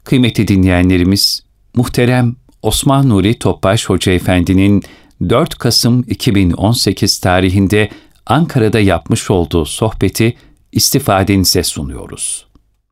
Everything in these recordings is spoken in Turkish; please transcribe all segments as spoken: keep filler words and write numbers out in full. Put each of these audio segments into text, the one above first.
Kıymetli dinleyenlerimiz, muhterem Osman Nuri Topbaş Hoca Efendi'nin dört Kasım iki bin on sekiz tarihinde Ankara'da yapmış olduğu sohbeti istifadenize sunuyoruz.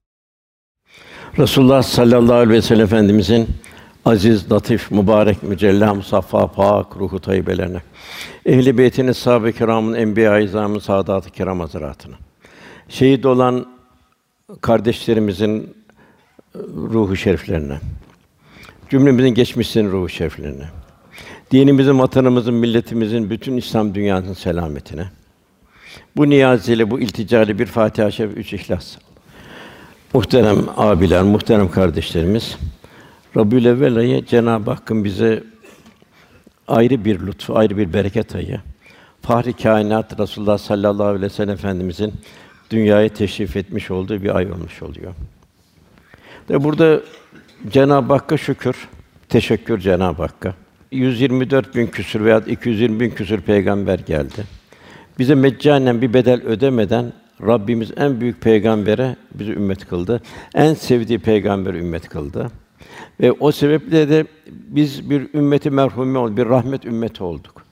Resulullah sallallahu aleyhi ve sellem Efendimizin aziz, latif, mübarek, mücella, musaffa, pak ruhu tayyibelerine, ehl-i beytinin, sahabe-i kirâmın, enbiya-i izâmın, saadat-ı kirâm hazretlerine, şehit olan kardeşlerimizin ruhu şeriflerine, cümlemizin geçmişlerin ruhu şeriflerine, dinimizin, vatanımızın, milletimizin, bütün İslam dünyasının selametine, bu niyaziyle, bu ilticayla bir Fatiha-i Şerif, üç İhlas. Muhterem abiler, muhterem kardeşlerimiz, Rabiül-Evvel ayı Cenab-ı Hakk'ın bize ayrı bir lütfu, ayrı bir bereket ayı. Fahri kainat Resulullah sallallahu aleyhi ve sellem Efendimizin dünyaya teşrif etmiş olduğu bir ay olmuş oluyor. Ve burada Cenab-ı Hakk'a şükür, teşekkür Cenab-ı Hakk'a. yüz yirmi dört bin küsur veya iki yüz yirmi bin küsur peygamber geldi. Bize meccanen bir bedel ödemeden Rabbimiz en büyük peygambere bizi ümmet kıldı. En sevdiği peygamber ümmet kıldı. Ve o sebeple de biz bir ümmeti merhume olduk, bir rahmet ümmeti olduk.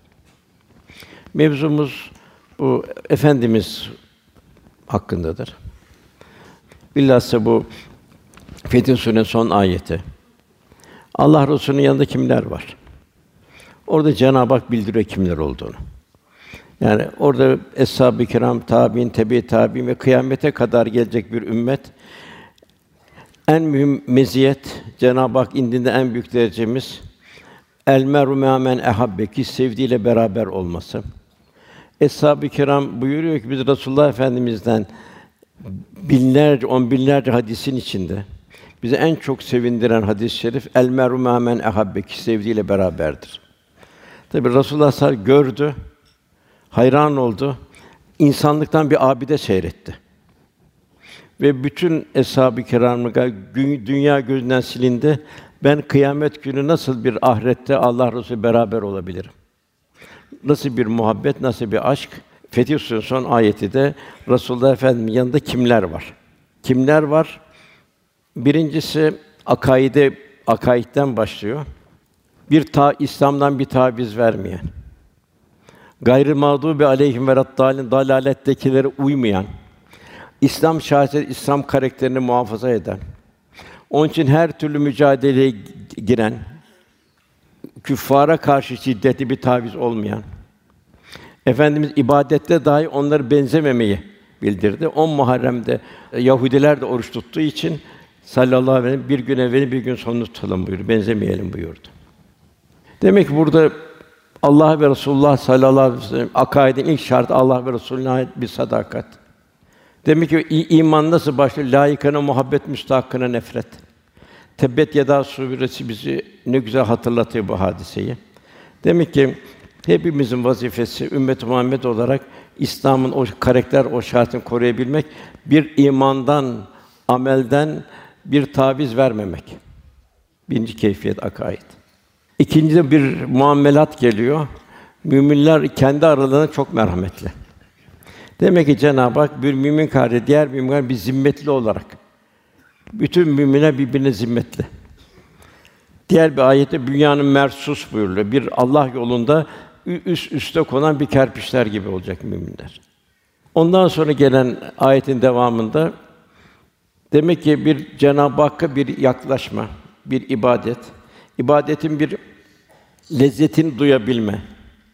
Mevzumuz bu Efendimiz hakkındadır. Bilhassa bu Fetih Sûresinin son ayeti. Allah Resulü'nün yanında kimler var? Orada Cenab-ı Hak bildiriyor kimler olduğunu. Yani orada eshab-ı kiram, tabiîn, tebe-i tabiîn ve kıyamete kadar gelecek bir ümmet. En mühim meziyet Cenab-ı Hak indinde en büyük derecemiz el meru men ehabbe, ki sevdiğiyle beraber olması. Eshab-ı kiram buyuruyor ki biz Resulullah Efendimiz'den binlerce, on binlerce hadisin içinde bizi en çok sevindiren hadis-i şerif el meru men ehabbe, ki sevdiğiyle beraberdir. Tabii Resulullah sallallahu aleyhi ve sellem gördü, hayran oldu. İnsanlıktan bir abide seyretti. Ve bütün eshab-ı kiramın dünya gözünden silindi. Ben kıyamet günü nasıl bir ahirette Allah Resulü beraber olabilirim? Nasıl bir muhabbet, nasıl bir aşk? Fetih Sûresinin son ayeti de Resulullah Efendimiz'in yanında kimler var? Kimler var? Birincisi akaide, akaidden başlıyor. Bir ta İslam'dan bir taviz vermeyen, gayrı mağdûbi aleyhim ve raddâlin, dalalettekilere uymayan, İslam şahsiyet, İslam karakterini muhafaza eden, onun için her türlü mücadeleye giren, küffara karşı şiddetli bir taviz olmayan, Efendimiz ibadette dahi onları benzememeyi bildirdi. on Muharrem'de Yahudiler de oruç tuttuğu için sallallahu aleyhi ve sellem bir gün evveli bir gün sonunu tutalım buyurdu. Benzemeyelim buyurdu. Demek ki burada Allah ve Resulullah sallallahu aleyhi ve sellem akaidin ilk şartı Allah ve Resulüne ait bir sadakat. Demek ki iman nasıl başlıyor? Layıkına muhabbet, müstahakkına nefret. Tebbet Yeda suresi bizi ne güzel hatırlatıyor bu hadiseyi. Demek ki hepimizin vazifesi ümmet-i Muhammed olarak İslam'ın o karakter, o şartını koruyabilmek, bir imandan, amelden bir taviz vermemek. Birinci keyfiyet akaid. İkincide bir muamelat geliyor. Müminler kendi aralarında çok merhametli. Demek ki Cenab-ı Hak bir mümin kardeşi diğer müminler bir zimmetli olarak bütün müminler birbirine zimmetli. Diğer bir ayette dünyanın mersus buyuruluyor. Bir Allah yolunda üst üste konan bir kerpiçler gibi olacak müminler. Ondan sonra gelen ayetin devamında demek ki bir Cenab-ı Hakk'a bir yaklaşma, bir ibadet, ibadetin bir lezzetini duyabilme.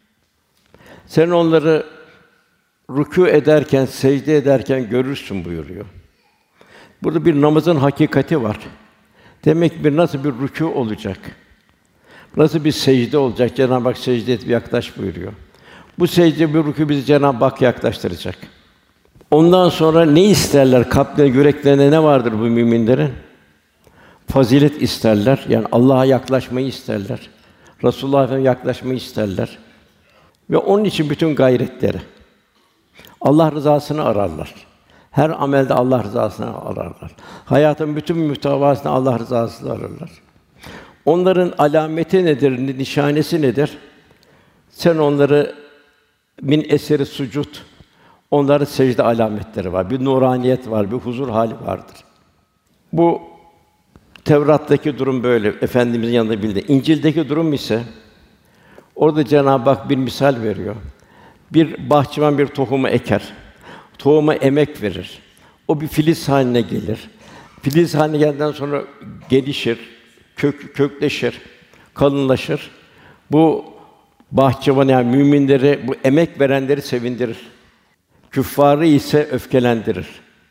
Sen onları rükû ederken, secde ederken görürsün buyuruyor. Burada bir namazın hakikati var. Demek ki bir nasıl bir rükû olacak? Nasıl bir secde olacak? Cenab-ı Hak secde et, yaklaş buyuruyor. Bu secde bir rükû bizi Cenab-ı Hak yaklaştıracak. Ondan sonra ne isterler? Kalplerine, yüreklerine ne vardır bu müminlerin? Fazilet isterler. Yani Allah'a yaklaşmayı isterler. Resulullah Efendimiz'e yaklaşmayı isterler. Ve onun için bütün gayretleri. Allah rızasını ararlar. Her amelde Allah rızasını ararlar. Hayatın bütün muhtevasında Allah rızasını ararlar. Onların alameti nedir, nişanesi nedir? Sen onları min eseri sucud, onların secde alametleri var. Bir nuraniyet var, bir huzur hali vardır. Bu Tevrat'taki durum böyle, Efendimizin yanında bildi. İncil'deki durum ise, orada Cenab-ı Hak bir misal veriyor. Bir bahçıvan bir tohumu eker, tohuma emek verir. O bir filiz haline gelir. Filiz haline geldikten sonra gelişir, kök kökleşir, kalınlaşır. Bu bahçıvan yani müminleri, bu emek verenleri sevindirir. Küffarı ise öfkelendirir.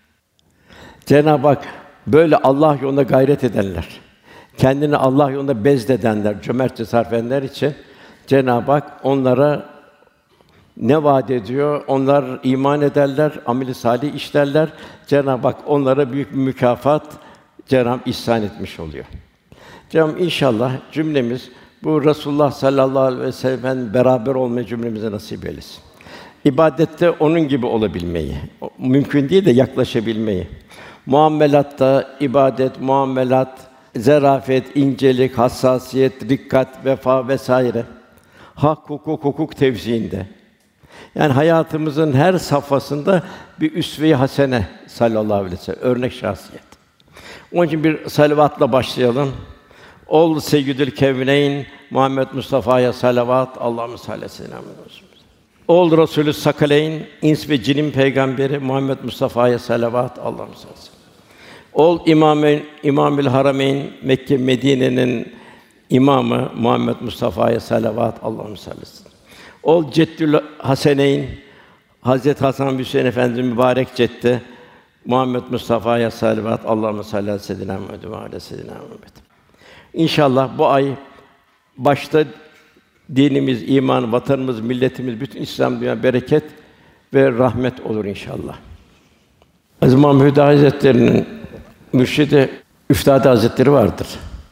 Cenab-ı Hak böyle Allah yolunda gayret edenler, kendini Allah yolunda bezledenler, cömertçe sarf edenler için Cenab-ı Hak onlara ne vaat ediyor? Onlar iman ederler, amel-i salih işlerler. Cenab-ı Hak onlara büyük bir mükafat Cenab-ı Hak ihsan etmiş oluyor. Cenab-ı Hak inşallah cümlemiz bu Resulullah sallallahu aleyhi ve sellem beraber olmayı cümlemize nasip eylesin. İbadette onun gibi olabilmeyi, mümkün değil de yaklaşabilmeyi. Muamelatta ibadet, muamelat, zarafet, incelik, hassasiyet, dikkat, vefa vesaire. Hak, hukuk, hukuk tevziinde. Yani hayatımızın her safhasında bir üsve-i hasene sallallahu aleyhi ve sellem, örnek şahsiyet. Onun için bir salavatla başlayalım. Ol seyyidül kevneyn Muhammed Mustafa'ya salavat. Allahumme salli aleyhi ve sellem. Ol Resulü sakaleyn ins ve cinin peygamberi Muhammed Mustafa'ya salavat. Allahumme salli aleyhi ve sellem. Ol İmamın İmamül Harameyn Mekke Medine'nin imamı Muhammed Mustafa'ya salavat. Allahumme salli aleyhi ve sellem. Ol Ceddül Haseneyn Hazret Hasan Hüseyin Efendi mübarek ceddi Muhammed Mustafa'ya salavat. Allahumme salli aleyhi ve sellem ve aleyhi seyyidina Muhammed. İnşallah bu ay başta dinimiz, iman, vatanımız, milletimiz, bütün İslam dünya bereket ve rahmet olur inşallah. Aziz İmam Hüda Hazretleri'nin mürşidi Üftâd Hazretleri vardır.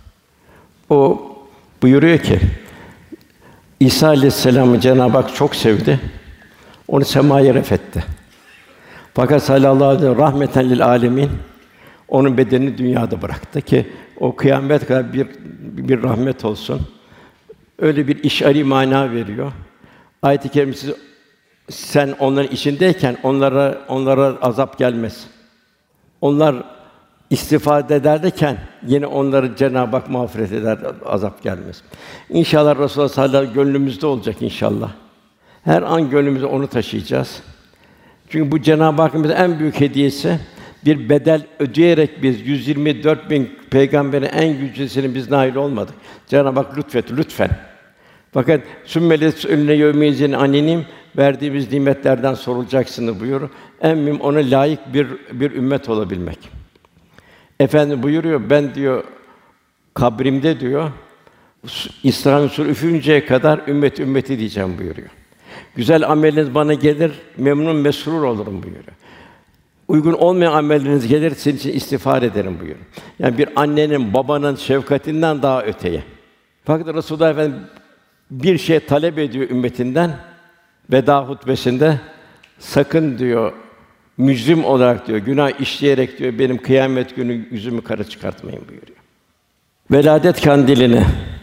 O buyuruyor ki İsa aleyhisselam'ı Cenab-ı Hak çok sevdi. Onu semaya refetti. Fakat sallallahu aleyhi ve sellem rahmeten lil âlemin onun bedenini dünyada bıraktı ki o kıyamet kadar bir bir rahmet olsun. Öyle bir işari mana veriyor. Ayet-i kerimesi sen onların içindeyken onlara onlara azap gelmez. Onlar istifade ederken yine onları Cenab-ı Hak mağfiret eder, azap gelmez. İnşallah Resulullah sallallahu aleyhi ve sellem gönlümüzde olacak inşallah. Her an gönlümüzde onu taşıyacağız. Çünkü bu Cenab-ı Hakk'ın bize en büyük hediyesi. Bir bedel ödeyerek biz yüz yirmi dört bin peygamberin en yücesinin biz nail olmadık. Cenab-ı Hak lütfetti, lütfen. Fakat sümmelet önüne yevmiyizin aninim verdiğimiz nimetlerden sorulacaksınız buyuruyor. En mühim ona layık bir bir ümmet olabilmek. Efendi buyuruyor ben diyor kabrimde diyor İsra'nın sur üfürünceye kadar ümmet ümmeti diyeceğim buyuruyor. Güzel ameliniz bana gelir memnun mesrur olurum buyuruyor. Uygun olmayan amelleriniz gelir sizin için istiğfar ederim buyuruyor. Yani bir annenin babanın şefkatinden daha öteye. Fakat Resulullah Efendimiz bir şey talep ediyor ümmetinden veda hutbesinde sakın diyor mücrim olarak diyor günah işleyerek diyor benim kıyamet günü yüzümü kara çıkartmayın buyuruyor. Veladet kandilini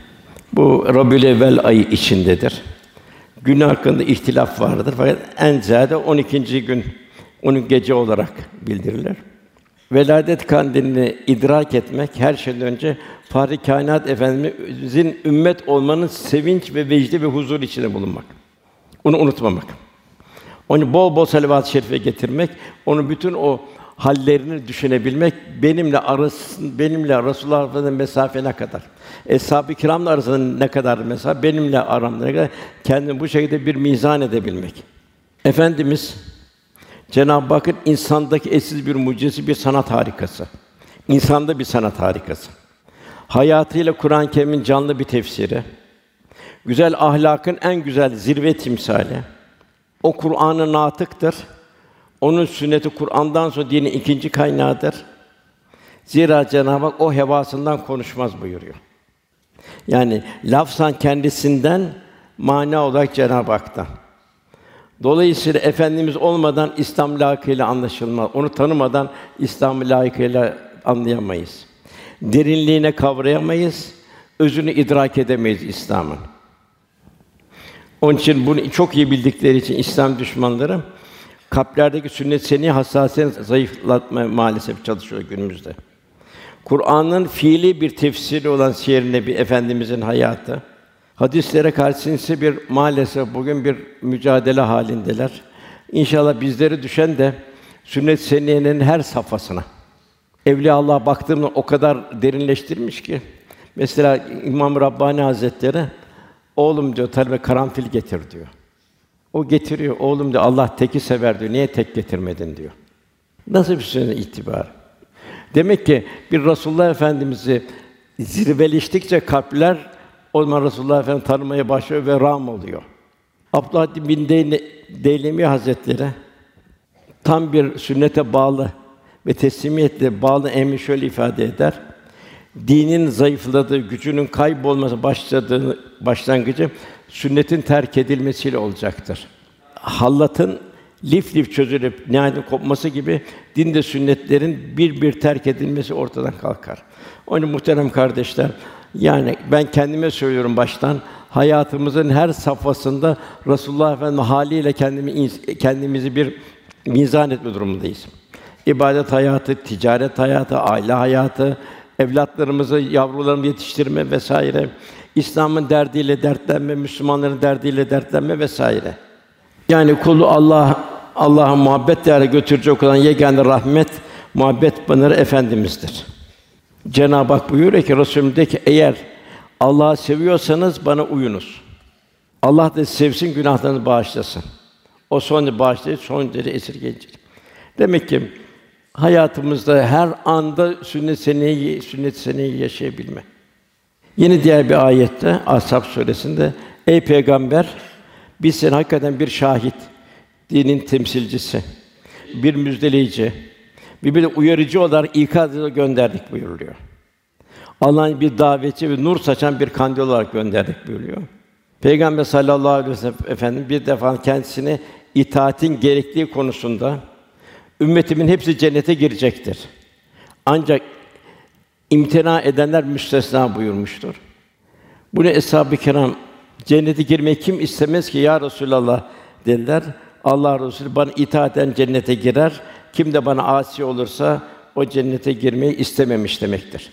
bu Rabiülevvel ayı içindedir. Gün hakkında ihtilaf vardır fakat en ziyade on ikinci gün onu gece olarak bildirilir. Veladet kandilini idrak etmek her şeyden önce Fâhr-ı Kâinat Efendimizin ümmet olmanın sevinç ve vecdi ve huzur içinde bulunmak. Onu unutmamak. Onu bol bol salavat-ı şerife getirmek, onu bütün o hallerini düşünebilmek, benimle arası benimle Resulullah Efendimiz'in mesafe ne kadar? Eshab-ı kiramla arasında ne kadar mesafe? Benimle aramda ne kadar? Kendini bu şekilde bir mizan edebilmek. Efendimiz Cenab-ı Hakk'ın insandaki eşsiz bir mucizesi, bir sanat harikası. İnsanda bir sanat harikası. Hayatıyla Kur'an-ı Kerim'in canlı bir tefsiri. Güzel ahlakın en güzel zirve timsali. O Kur'an-ı natıktır. Onun sünneti Kur'an'dan sonra dinin ikinci kaynağıdır. Zira Cenab-ı Hak o hevasından konuşmaz buyuruyor. Yani lafzan kendisinden, mana olarak Cenab-ı Hak'tan. Dolayısıyla Efendimiz olmadan İslam layıkıyla anlaşılmaz. Onu tanımadan İslam'ı layıkıyla anlayamayız. Derinliğine kavrayamayız, özünü idrak edemeyiz İslam'ın. Onun için bunu çok iyi bildikleri için İslam düşmanları kalplerdeki sünnet-i seniyye hassasiyetini zayıflatmaya maalesef çalışıyor günümüzde. Kur'an'ın fiili bir tefsiri olan Siyer-i Nebi Efendimizin hayatı, hadislere karşı ise bir maalesef bugün bir mücadele halindeler. İnşallah bizlere düşen de sünnet-i seniyyenin her safhasına. Evliyaullah'a baktığımda o kadar derinleştirmiş ki, mesela İmam Rabbani Hazretleri, oğlum diyor, talebe karanfil getir diyor. O getiriyor, oğlum diyor, Allah teki sever diyor, niye tek getirmedin diyor. Nasıl bir sünnet itibar? Demek ki bir Resulullah Efendimiz'i zirveleştikçe kalpler, o zaman Resulullah Efendimizi tanımaya başlıyor ve rağm oluyor. Abdullah bin Deylemi Hazretleri tam bir sünnete bağlı ve teslimiyetle bağlı emri şöyle ifade eder: dinin zayıfladığı, gücünün kaybolması başladığı başlangıcı sünnetin terk edilmesiyle olacaktır. Hallatın lif lif çözülüp nihayetin kopması gibi din de sünnetlerin bir bir terk edilmesi ortadan kalkar. Onun için muhterem kardeşler, yani ben kendime söylüyorum baştan, hayatımızın her safhasında Resulullah Efendimiz haliyle kendimi kendimizi bir mizan etme durumundayız. İbadet hayatı, ticaret hayatı, aile hayatı, evlatlarımızı, yavrularımızı yetiştirme vesaire, İslam'ın derdiyle dertlenme, Müslümanların derdiyle dertlenme vesaire. Yani kulu Allah Allah'a muhabbet değerine götürecek olan yegâne rahmet, muhabbet pınarı Efendimiz'dir. Cenab-ı Hak buyuruyor ki Resulüm de ki eğer Allah'ı seviyorsanız bana uyunuz. Allah da sevsin, günahlarınızı bağışlasın. O son bağışlayıcı, son derece esirgeyicidir. Demek ki hayatımızda her anda sünnet seneyi sünnet seneyi yaşayabilme. Yine diğer bir ayette Ashab suresinde ey peygamber, biz seni hakikaten bir şahit, dinin temsilcisi, bir müjdeleyici, bir de uyarıcı olarak ikaz edici gönderdik buyuruluyor. Allah'ın bir davetçi ve nur saçan bir kandil olarak gönderdik buyuruyor. Peygamber sallallahu aleyhi ve sellem Efendimiz bir defa kendisine itaatin gerektiği konusunda ümmetimin hepsi cennete girecektir. Ancak imtina edenler müstesna buyurmuştur. Bunu eshab-ı kiram cennete girmeyi kim istemez ki ya Resulallah dediler. Allah Resulü bana itaat eden cennete girer. Kim de bana asi olursa o cennete girmeyi istememiş demektir.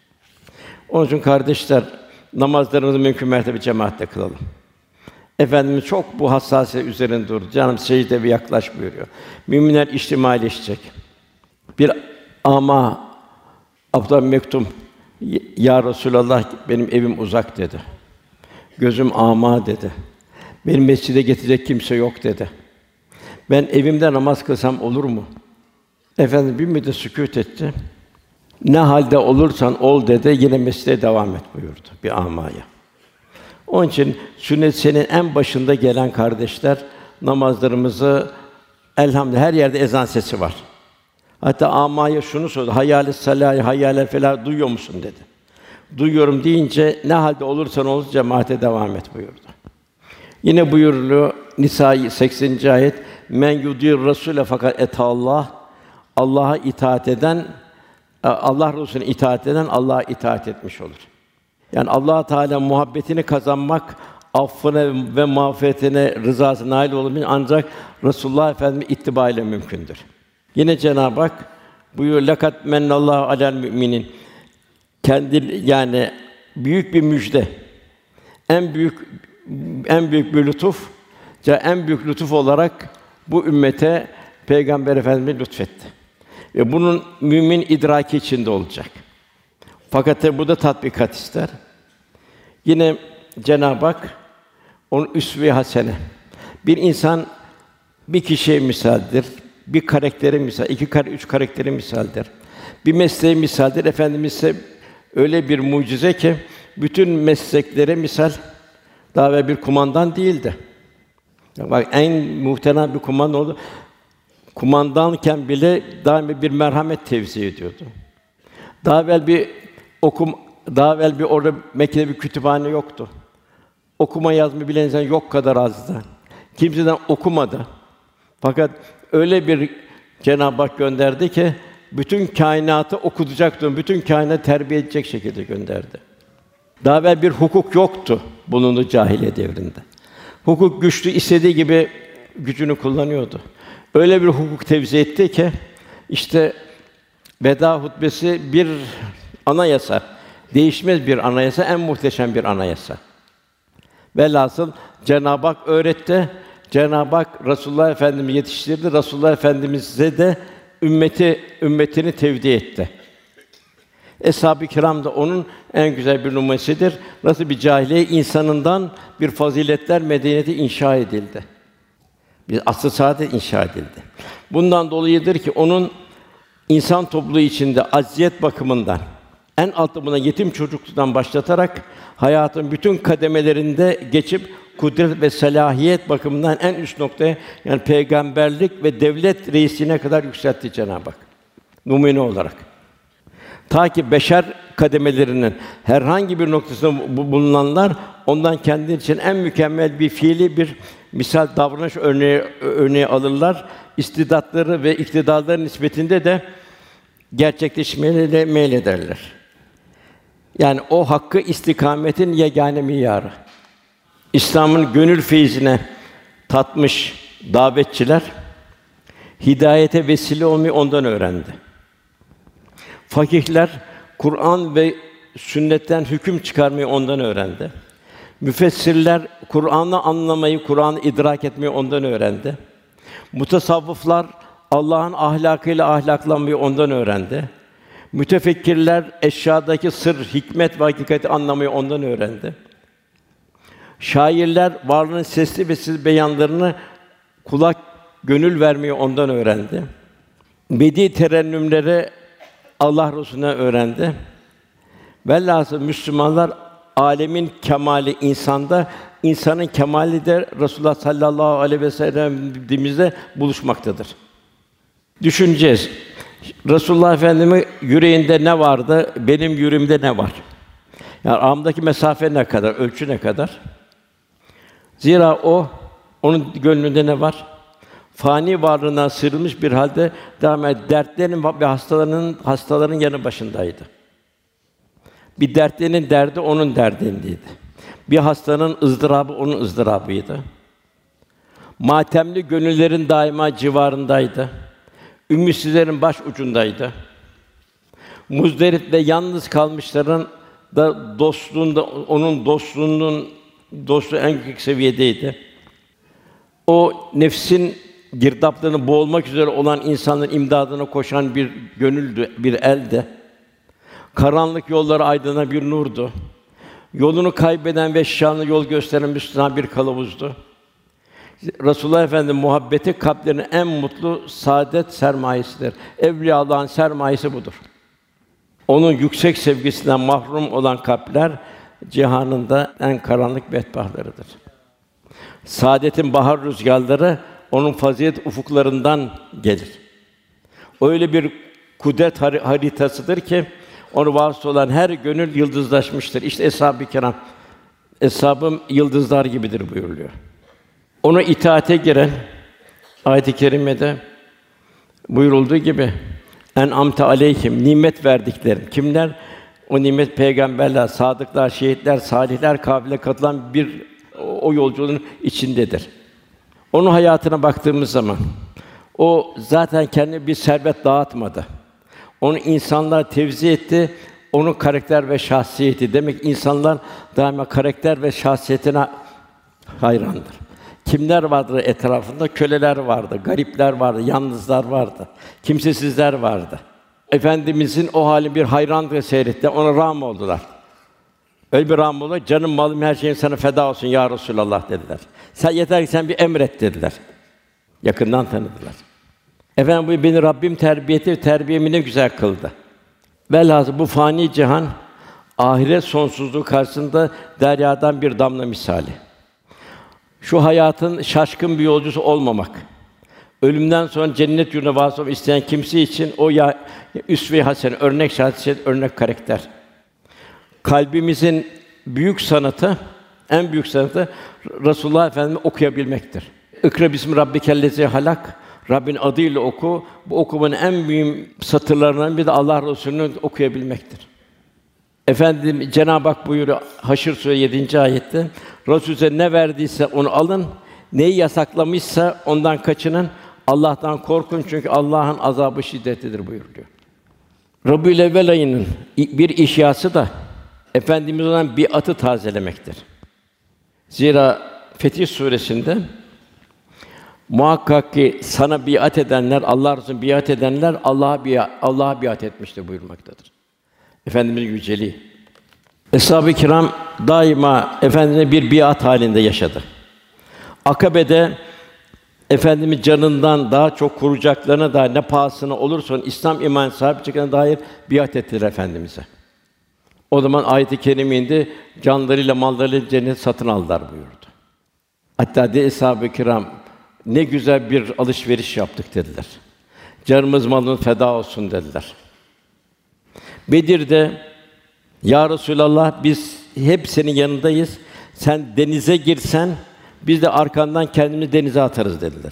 Onun için kardeşler, namazlarımızı mümkün mertebe cemaatle kılalım. Efendimiz çok bu hassasiyet üzerinde durdu. Canım secdeye bir yaklaş buyuruyor. Müminler içtimaileşecek. Bir ama Abdullah bin Mektum ya Resulallah benim evim uzak dedi. Gözüm ama dedi. Benim mescide getirecek kimse yok dedi. Ben evimde namaz kılsam olur mu? Efendimiz bir müddet sükût etti. Ne halde olursan ol dedi. Yine mescide devam et buyurdu bir amaya. Onun için sünnet senin en başında gelen kardeşler namazlarımızı elhamdülillah her yerde ezan sesi var. Hatta amaya şunu sordu. Hayâl-i salâh, hayâl-i felâh duyuyor musun dedi. Duyuyorum deyince ne halde olursan ol cemaate devam et buyurdu. Yine buyuruluyor Nisa sekseninci ayet men yudir rasûle fakat etâllah Allah'a itaat eden Allah Resulüne itaat eden Allah'a itaat etmiş olur. Yani Allah Teala muhabbetini kazanmak, affına ve mağfiretine, rızasına nail olmak ancak Resulullah Efendimiz ittiba ile mümkündür. Yine Cenab-ı Hak buyuruyor: "Lakat mennallahu alel müminin." Kendi yani büyük bir müjde. En büyük en büyük bir lütuf, en büyük lütuf olarak bu ümmete Peygamber Efendimiz lütfetti. Ve bunun mümin idraki içinde olacak. Fakat tabi bu da tatbikat ister. Yine Cenab-ı Hak onun üsve-i hasene. Bir insan bir kişiye misaldir, bir karaktere misal, iki kare, üç karaktere misaldir. Bir mesleğe misaldir. Efendimiz ise öyle bir mucize ki bütün mesleklere misal. Daha evvel bir kumandan değildi. Bak en muhterem bir kumandan oldu. Kumandanken bile daima bir merhamet tevzi ediyordu. Daha evvel bir okum, daha evvel bir orada Mekke'de bir kütüphane yoktu. Okuma yazma bilen insan yok kadar azdı. Kimseden okumadı. Fakat öyle bir Cenab-ı Hak gönderdi ki bütün kainatı okutacaktı, bütün kainatı terbiye edecek şekilde gönderdi. Daha evvel bir hukuk yoktu bulunduğu cahiliye devrinde. Hukuk güçlü, istediği gibi gücünü kullanıyordu. Öyle bir hukuk tevzi etti ki işte veda hutbesi bir anayasa, değişmez bir anayasa, en muhteşem bir anayasa. Velhasıl Cenab-ı Hak öğretti. Cenab-ı Hak Resulullah Efendimizi yetiştirdi. Resulullah Efendimiz'e de ümmeti ümmetini tevdi etti. Eshab-ı Kiram da onun en güzel bir numunesidir. Nasıl bir cahiliye insanından bir faziletler medeniyeti inşa edildi. Bir asr-ı saadet inşa edildi. Bundan dolayıdır ki onun insan topluluğu içinde acziyet bakımından en alt buna yetim çocukluktan başlatarak hayatın bütün kademelerinde geçip kudret ve selahiyet bakımından en üst noktaya, yani peygamberlik ve devlet reisine kadar yükseltti Cenab-ı Hak numune olarak. Ta ki beşer kademelerinin herhangi bir noktasında bulunanlar ondan kendileri için en mükemmel bir fiili bir misal davranış örneği örneği alırlar. İstidatları ve iktidarların nispetinde de gerçekleşmeye meylederler. Yani o hakkı istikametin yegâne miyarı. İslam'ın gönül feyzine tatmış davetçiler hidayete vesile olmayı ondan öğrendi. Fakihler Kur'an ve sünnetten hüküm çıkarmayı ondan öğrendi. Müfessirler Kur'an'ı anlamayı, Kur'an'ı idrak etmeyi ondan öğrendi. Mutasavvıflar Allah'ın ahlakıyla ahlaklanmayı ondan öğrendi. Mütefekkirler eşyadaki sır, hikmet ve hakikati anlamayı ondan öğrendi. Şairler varlığın sesli ve sessiz beyanlarını kulak, gönül vermeyi ondan öğrendi. Bedi terennümlere Allah Resulü'ne öğrendi. Velhâsıl Müslümanlar âlemin kemali insanda, insanın kemali de Resulullah sallallahu aleyhi ve sellem'imizle buluşmaktadır. Düşüneceğiz. Resulullah Efendimiz yüreğinde ne vardı? Benim yüreğimde ne var? Yani aramdaki mesafe ne kadar? Ölçü ne kadar? Zira o onun gönlünde ne var? Fani varlığından sıyrılmış bir halde devam eden dertlerin ve hastalarının hastaların yanı başındaydı. Bir dertlinin derdi onun derdindeydi. Bir hastanın ızdırabı onun ızdırabıydı. Matemli gönüllerin daima civarındaydı. Ümitsizlerin baş ucundaydı. Muzdarip ve yalnız kalmışların da dostluğunda onun dostluğunun dostluğu en yüksek seviyedeydi. O nefsin girdaplarını boğulmak üzere olan insanların imdadına koşan bir gönüldü, bir eldi. Karanlık yolları aydınlanan bir nurdu. Yolunu kaybeden ve şanlı yol gösteren Müslüman bir kılavuzdu. Resulullah Efendimiz muhabbeti kalplerin en mutlu saadet sermayesidir. Evliyaullah'ın sermayesi budur. Onun yüksek sevgisinden mahrum olan kalpler cihanında en karanlık bedbahtlarıdır. Saadetin bahar rüzgârları onun fazilet ufuklarından gelir. Öyle bir kudret haritasıdır ki onu vasıta olan her gönül yıldızlaşmıştır. İşte Eshab-ı Kiram, "Eshabım yıldızlar gibidir" buyuruluyor. Ona itaate giren ayet-i kerimede buyurulduğu gibi "En'amte aleyhim" nimet verdiklerim. Kimler? O nimet peygamberler, sadıklar, şehitler, salihler kâbile katılan bir o, o yolculuğun içindedir. Onun hayatına baktığımız zaman o zaten kendine bir servet dağıtmadı. Onu insanlar tevzi etti. Onun karakter ve şahsiyeti. Demek insanlar daima karakter ve şahsiyetine hayrandır. Kimler vardı etrafında? Köleler vardı, garipler vardı, yalnızlar vardı, kimsesizler vardı. Efendimizin o hali bir hayranlıkla seyretti. Ona rağm oldular. Öyle bir rağm oldu. "Canım, malım, her şeyim sana feda olsun ya Resulallah" dediler. "Sen yeter ki sen bir emret" dediler. Yakından tanıdılar. Efendim bu beni Rabbim terbiye etti, terbiyemi ne güzel kıldı. Velhâsıl bu fani cihan ahiret sonsuzluğu karşısında deryadan bir damla misali. Şu hayatın şaşkın bir yolcusu olmamak. Ölümden sonra cennet yurduna vasıl olmak isteyen kimse için o ya üsve-i hasene, örnek şahsiyet, örnek karakter. Kalbimizin büyük sanatı, en büyük sanatı Resulullah Efendimizi okuyabilmektir. "İkra bismi rabbikellezî halak" Rabbin adıyla oku. Bu okumanın en büyük satırlarından biri de Allah Resulü'nü okuyabilmektir. Efendim Cenab-ı Hak buyuruyor Haşr Sûresi yedinci ayette, "Resul size ne verdiyse onu alın, neyi yasaklamışsa ondan kaçının, Allah'tan korkun çünkü Allah'ın azabı şiddetlidir" buyuruluyor. Rabiül-Evvel ayının bir ihyası da Efendimiz olan biatı tazelemektir. Zira Fetih Sûresinde muhakkak ki sana biat edenler, Allah Resulüne biat edenler Allah'a biat, Allah'a biat etmiştir buyurmaktadır. Efendimizin yüceliği. Eshab-ı kiram daima Efendimiz'e bir biat halinde yaşadı. Akabe'de Efendimiz canından daha çok koruyacaklarına dair ne pahasına olursa İslam iman sahip çıkana dair biat ettiler Efendimiz'e. O zaman ayet-i kerime indi, canlarıyla mallarıyla cennet satın aldılar buyurdu. Hatta de eshab-ı kiram ne güzel bir alışveriş yaptık dediler. Canımız malımız feda olsun dediler. Bedir'de ya Resulallah biz hep senin yanındayız. Sen denize girsen biz de arkandan kendimizi denize atarız dediler.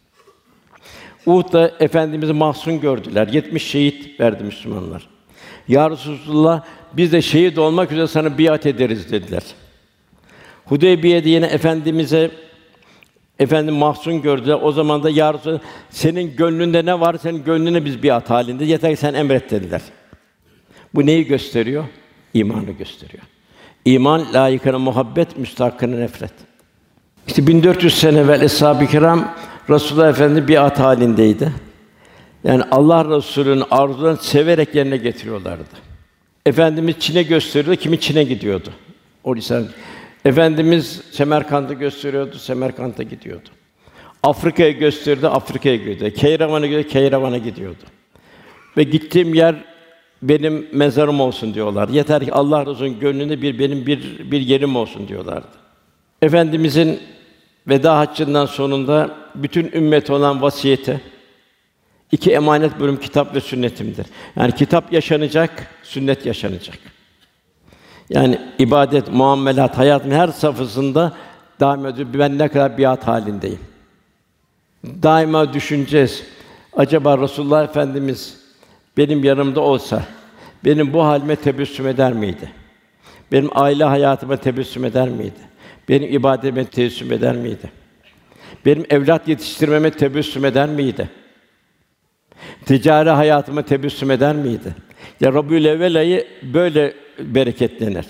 Uhud'da Efendimiz'i mahzun gördüler. yetmiş şehit verdi Müslümanlar. Ya Resulallah biz de şehit olmak üzere sana biat ederiz dediler. Hudeybiye'de yine Efendimiz'e efendim mahzun gördüler. O zaman da ya Resulallah senin gönlünde ne var? Senin gönlüne biz biat halinde. Yeter ki sen emret dediler. Bu neyi gösteriyor? İmanı gösteriyor. İman layıkına muhabbet, müstahakkına nefret. İşte bin dört yüz sene evvel eshab-ı kiram Resulullah Efendimiz biat halindeydi. Yani Allah Resulü'nün arzularını severek yerine getiriyorlardı. Efendimiz Çin'e gösteriyordu, kimi Çin'e gidiyordu. O lisan. Efendimiz Semerkant'ı gösteriyordu, Semerkant'a gidiyordu. Afrika'ya gösteriyordu, Afrika'ya gidiyordu. Keyravan'a gidiyordu, Keyravan'a gidiyordu. Ve gittiğim yer benim mezarım olsun diyorlar. Yeter ki Allah Resulü'nün gönlünde bir benim bir bir yerim olsun diyorlardı. Efendimizin veda haccından sonunda bütün ümmet olan vasiyeti iki emanet bölüm kitap ve sünnetimdir. Yani kitap yaşanacak, sünnet yaşanacak. Yani ibadet, muamelat, hayatın her safhasında daima ben ne kadar biat halindeyim. Daima düşüneceğiz. Acaba Resulullah Efendimiz benim yanımda olsa benim bu halime tebessüm eder miydi? Benim aile hayatıma tebessüm eder miydi? Benim ibadetime tebessüm eder miydi? Benim evlat yetiştirmeme tebessüm eder miydi? Ticari hayatıma tebessüm eder miydi? Ya Rabiül-Evvel ayı böyle bereketlenir.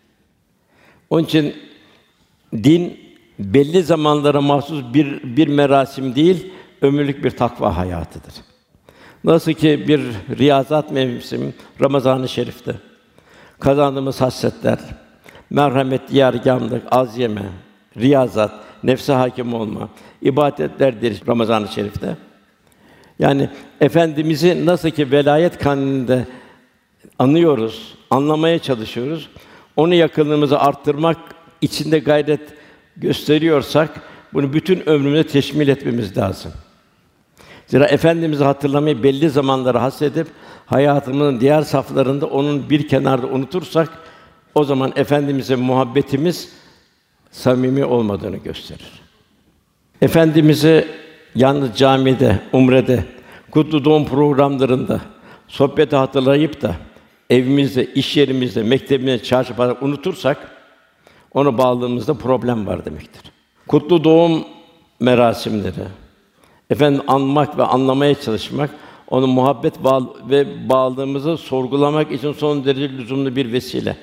Onun için din belli zamanlara mahsus bir bir merasim değil, ömürlük bir takva hayatıdır. Nasıl ki bir riyazat mevsimi Ramazan-ı Şerif'te kazandığımız hasletler, merhamet, yârgâmlık, az yeme, riyazat, nefse hâkim olma, ibadetlerdir Ramazan-ı Şerif'te. Yani Efendimizi nasıl ki velayet kandilinde anıyoruz, anlamaya çalışıyoruz. Onu yakınlığımızı arttırmak için de gayret gösteriyorsak bunu bütün ömrümüzde teşmil etmemiz lazım. Zira Efendimiz'i hatırlamayı belli zamanlara hasredip hayatımızın diğer saflarında onun bir kenarda unutursak o zaman Efendimiz'e muhabbetimiz samimi olmadığını gösterir. Efendimiz'i yalnız camide, umrede, kutlu doğum programlarında, sohbeti hatırlayıp da evimizde, iş yerimizde, mektebimizde, çarşı pazar unutursak ona bağlılığımızda problem var demektir. Kutlu doğum merasimleri, efendim anmak ve anlamaya çalışmak, onun muhabbet bağ ve bağlılığımızı sorgulamak için son derece lüzumlu bir vesile.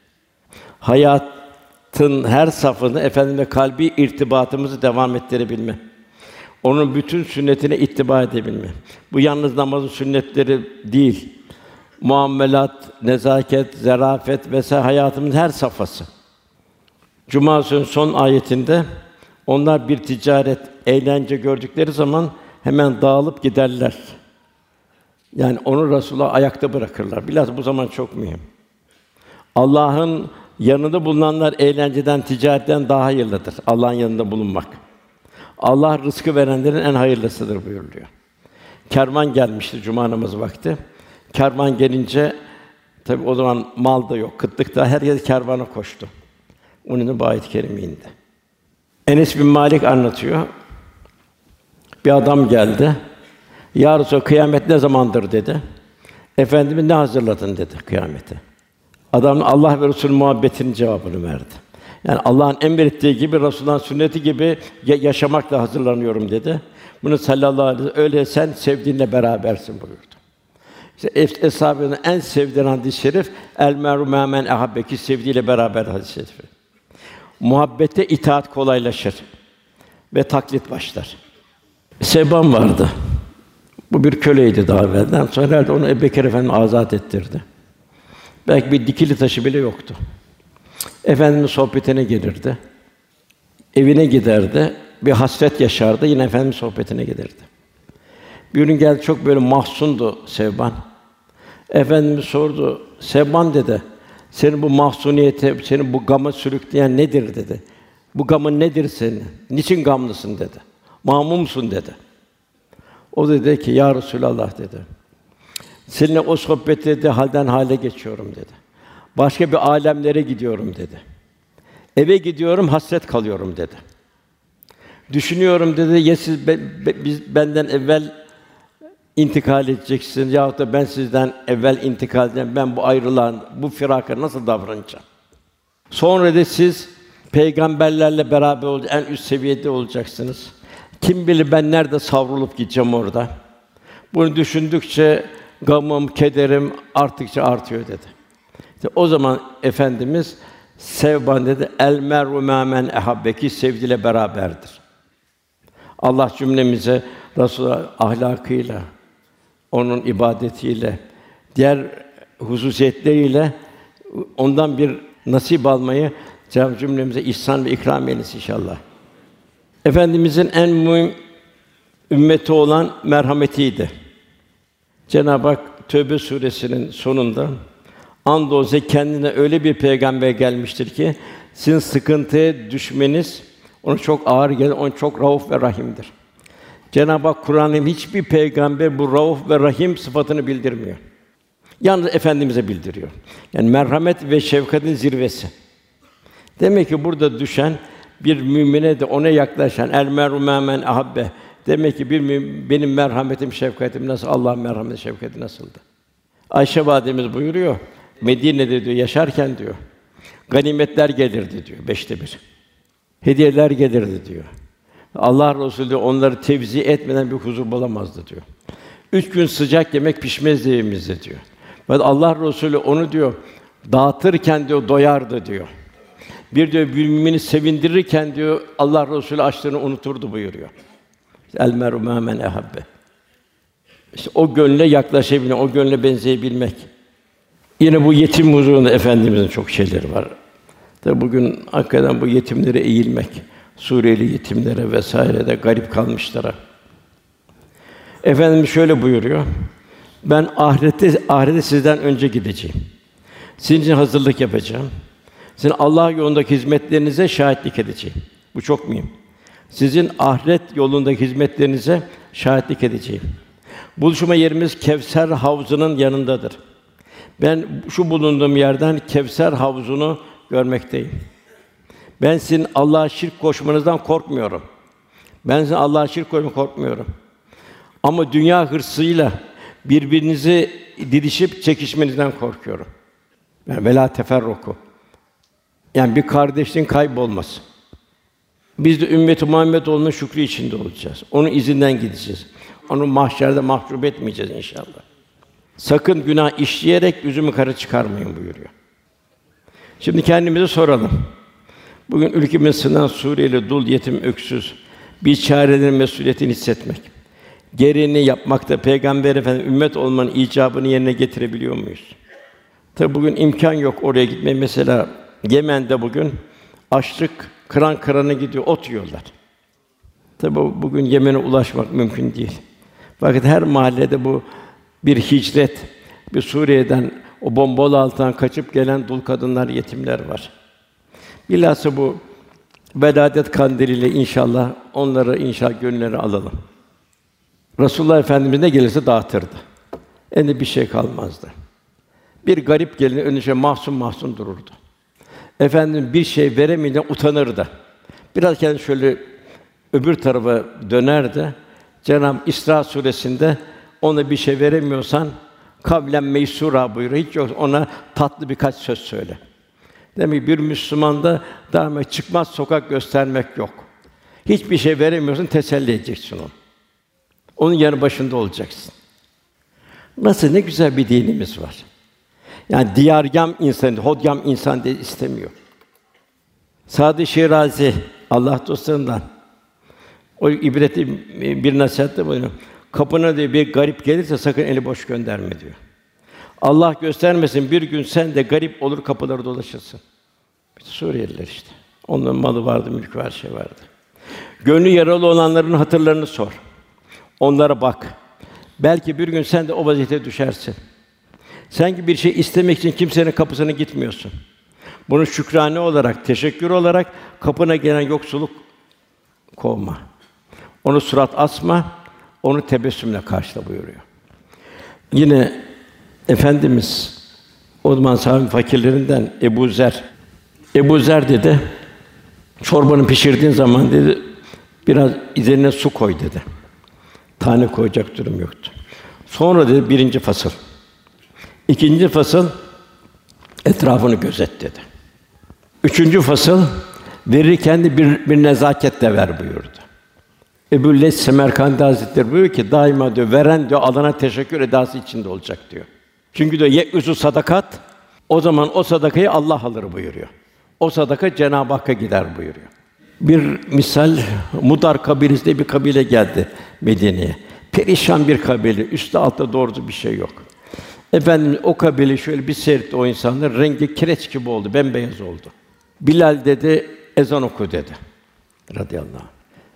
Hayatın her safhasında efendimle kalbi irtibatımızı devam ettirebilme. Onun bütün sünnetine ittiba edebilme. Bu yalnız namazın sünnetleri değil. Muamelat, nezaket, zarafet vesaire hayatımızın her safhası. Cuma Suresi'nin son ayetinde onlar bir ticaret, eğlence gördükleri zaman hemen dağılıp giderler. Yani onu Resûlullah ayakta bırakırlar. Biraz bu zaman çok mühim. Allah'ın yanında bulunanlar eğlenceden, ticaretten daha hayırlıdır. Allah'ın yanında bulunmak. Allah rızkı verenlerin en hayırlısıdır buyuruluyor. Kervan gelmişti cuma namazı vakti. Kervan gelince tabi o zaman mal da yok, kıtlık da herkes kervana koştu. Onun bu ayet-i kerime indi. Enes bin Malik anlatıyor. Bir adam geldi. Ya Resulallah, kıyamet ne zamandır dedi. Efendimiz ne hazırladın dedi kıyamete. Adam Allah ve Resulü muhabbetinin cevabını verdi. Yani Allah'ın emrettiği gibi, Resulullah'ın sünneti gibi yaşamakla hazırlanıyorum dedi. Bunu sallallahu aleyhi ve sellem öyle sen sevdiğinle berabersin buyurdu. İşte es- Eshab-ının en sevilen hadis-i şerif el meru men ehabbe ki sevdiğiyle beraber hadis-i şerifi. Muhabbete itaat kolaylaşır ve taklit başlar. Sevban vardı. Bu bir köleydi daha evvelden. Sonra herhalde onu Ebubekir Efendimiz azat ettirdi. Belki bir dikili taşı bile yoktu. Efendimiz sohbetine gelirdi. Evine giderdi. Bir hasret yaşardı. Yine Efendimiz sohbetine gelirdi. Bir gün geldi, çok böyle mahzundu Sevban. Efendimiz sordu. Sevban dedi, senin bu mahzuniyete, senin bu gama sürükleyen nedir dedi. Bu gamın nedir senin? Niçin gamlısın dedi. Mahmumsun dedi. O dedi ki ya Resulallah dedi. Seninle o sohbette de halden hale geçiyorum dedi. Başka bir âlemlere gidiyorum dedi. Eve gidiyorum, hasret kalıyorum dedi. Düşünüyorum dedi, ya siz be, be, biz benden evvel intikal edeceksiniz yahut da ben sizden evvel intikal edeceğim. Ben bu ayrılığın, bu firaka nasıl davranacağım? Sonra da siz peygamberlerle beraber olacak, en üst seviyede olacaksınız. Kim bilir ben nerede savrulup gideceğim orada. Bunu düşündükçe gamım, kederim arttıkça artıyor dedi. İşte o zaman Efendimiz Sevban dedi, el meru men ehabbe ki sevdiğiyle beraberdir. Allah cümlemize Resulullah ahlakıyla, onun ibadetiyle, diğer hususiyetleriyle ondan bir nasip almayı Cenab-ı cümlemize ihsan ve ikram eylesin inşallah. Efendimizin en mühim ümmeti olan merhametiydi. Cenab-ı Hak Tövbe suresinin sonunda andolsun kendine öyle bir peygamber gelmiştir ki sizin sıkıntıya düşmeniz ona çok ağır gelir, ona çok rauf ve rahimdir. Cenab-ı Hak Kur'an'ın hiçbir peygamber bu rauf ve rahim sıfatını bildirmiyor. Yalnız Efendimize bildiriyor. Yani merhamet ve şefkatin zirvesi. Demek ki burada düşen bir mümine de ona yaklaşan el meru men ahabbe. Demek ki bir mümin, benim merhametim, şefkatim nasıl, Allah'ın merhameti, şefkati nasıldı? Ayşe validemiz buyuruyor. Medine'de diyor yaşarken diyor ganimetler gelirdi diyor beşte bir. Hediyeler gelirdi diyor. Allah Resulü diyor, onları tevzi etmeden bir huzur bulamazdı diyor. Üç gün sıcak yemek pişmezdi evimizde diyor. Fakat Allah Resulü onu diyor dağıtırken diyor doyardı diyor. Bir diyor bir mümini sevindirirken diyor Allah Resulü açlığını unuturdu buyuruyor. El meru men ehabbe. İşte o gönle yaklaşabilmek, o gönle benzeyebilmek. Yine bu yetim huzurunda Efendimizin çok şeyleri var. Tabi bugün hakikaten bu yetimlere eğilmek, Suriyeli yetimlere vesaire de garip kalmışlara. Efendimiz şöyle buyuruyor. Ben ahirette ahirete sizden önce gideceğim. Sizin için hazırlık yapacağım. Sizin Allah yolundaki hizmetlerinize şahitlik edeceğim. Bu çok mühim. Sizin ahiret yolundaki hizmetlerinize şahitlik edeceğim. Buluşma yerimiz Kevser havzının yanındadır. Ben şu bulunduğum yerden Kevser havzunu görmekteyim. Ben sizin Allah'a şirk koşmanızdan korkmuyorum. Ben sizin Allah'a şirk koşmanızdan korkmuyorum. Ama dünya hırsıyla birbirinizi didişip çekişmenizden korkuyorum. Yani velâ teferruku. Yani bir kardeşliğin kaybolması. Biz de ümmet-i Muhammed olma şükrü içinde olacağız. Onun izinden gideceğiz. Onu mahşerde mahcup etmeyeceğiz inşallah. Sakın günah işleyerek üzümü kara çıkarmayın buyuruyor. Şimdi kendimize soralım. Bugün ülkemiz sınanan Suriyeli dul, yetim, öksüz, biçarelerin mesuliyetini hissetmek, gereğini yapmakta Peygamber Efendimiz ümmet olmanın icabını yerine getirebiliyor muyuz? Tabi bugün imkân yok oraya gitmeye. Mesela Yemen'de bugün açlık kıran kırana gidiyor, ot yiyorlar. Tabi bugün Yemen'e ulaşmak mümkün değil. Fakat her mahallede bu bir hicret, bir Suriye'den o bombalı altından kaçıp gelen dul kadınlar, yetimler var. Bilhassa bu veladet kandiliyle inşallah onları inşallah gönülleri alalım. Resulullah Efendimiz ne gelirse dağıtırdı. Elinde bir şey kalmazdı. Bir garip gelin önünde mahzun mahzun dururdu. Efendim bir şey veremeyince utanırdı. Biraz kendini şöyle öbür tarafa dönerdi. Cenab-ı İsra suresinde ona bir şey veremiyorsan kavlen meysura buyuruyor. Hiç yok ona tatlı birkaç söz söyle. Demek ki bir Müslümanda daima çıkmaz sokak göstermek yok. Hiçbir şey veremiyorsun, teselli edeceksin onu. Onun yanı başında olacaksın. Nasıl ne güzel bir dinimiz var. Yani diyargâm insan, hodgâm insan diye istemiyor. Sâd-ı Şirazi Allah dostlarından o ibreti bir nasihatte bulunuyor. Kapına diyor bir garip gelirse sakın eli boş gönderme diyor. Allah göstermesin bir gün sen de garip olur kapıları dolaşırsın. İşte Suriyeliler işte. Onların malı vardı, mülkü, her şey vardı. Gönlü yaralı olanların hatırlarını sor. Onlara bak. Belki bir gün sen de o vaziyete düşersin. Sanki bir şey istemek için kimsenin kapısına gitmiyorsun. Bunu şükrane olarak, teşekkür olarak kapına gelen yoksulluk kovma. Onu surat asma, onu tebessümle karşıla buyuruyor. Yine Efendimiz o zaman sahabe fakirlerinden Ebu Zer. Ebu Zer dedi, çorbanı pişirdiğin zaman dedi, biraz üzerine su koy dedi. Tane koyacak durum yoktu. Sonra dedi birinci fasıl. İkinci fasıl etrafını gözet dedi. Üçüncü fasıl verirken de bir, bir nezaketle ver buyurdu. Ebu Leys Semerkandi Hazretleri buyuruyor ki daima diyor veren diyor alana teşekkür edası içinde olacak diyor. Çünkü diyor ye'üzü sadakat o zaman o sadakayı Allah alır buyuruyor. O sadaka Cenab-ı Hakk'a gider buyuruyor. Bir misal Mudar kabilesinde bir kabile geldi Medine'ye. Perişan bir kabile, üstte altta doğru bir şey yok. Efendim o kabile şöyle bir seyretti o insanlar, rengi kireç gibi oldu, bembeyaz oldu. Bilal dedi, ezan oku dedi. Radıyallahu anh.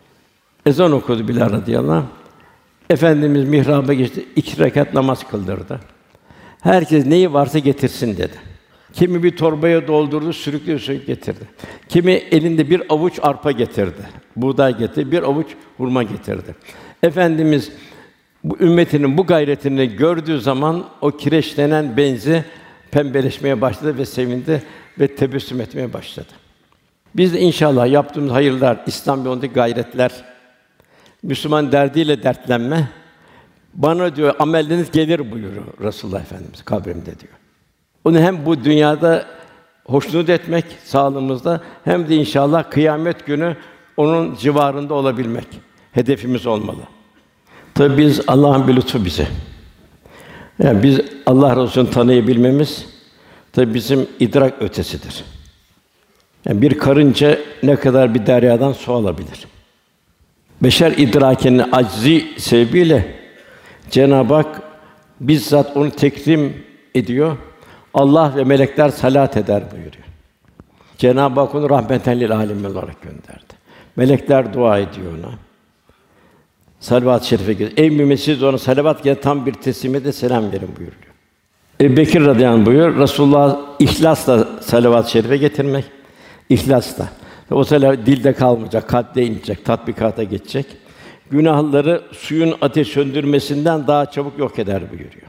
Ezan okudu Bilal radıyallahu anh. Efendimiz mihraba geçti, iki rekat namaz kıldırdı. Herkes neyi varsa getirsin dedi. Kimi bir torbaya doldurdu, sürükleye sürükleye getirdi. Kimi elinde bir avuç arpa getirdi, buğday getirdi, bir avuç hurma getirdi. Efendimiz bu ümmetinin bu gayretini gördüğü zaman o kireçlenen benzi pembeleşmeye başladı ve sevindi ve tebessüm etmeye başladı. Biz de inşallah yaptığımız hayırlar, İslam yolundaki gayretler, Müslüman derdiyle dertlenme, bana diyor amelleriniz gelir buyuruyor Resulullah Efendimiz kabrimde diyor. Onu hem bu dünyada hoşnut etmek sağlığımızda hem de inşallah kıyamet günü onun civarında olabilmek hedefimiz olmalı. Tabii biz Allah'ın bir lütfu bize. Yani biz Allah Resulü'nü tanıyabilmemiz tabii bizim idrak ötesidir. Yani bir karınca ne kadar bir deryadan su alabilir? Beşer idrakinin aczi sebebiyle Cenab-ı Hak bizzat onu tekrim ediyor. Allah ve melekler salat eder buyuruyor. Cenab-ı Hak onu rahmeten lil âlemin olarak gönderdi. Melekler dua ediyor ona. Salavat-ı şerife gidiyor. Ey mümin siz ona salavat gel tam bir teslimiyete selam verin buyuruyor. Ebu Bekir radıyallahu anh buyuruyor. Resulullah ihlasla salavat-ı şerife getirmek. İhlasla. O salavat dilde kalmayacak, kalpte inecek, tatbikata geçecek. Günahları suyun ateş söndürmesinden daha çabuk yok eder buyuruyor.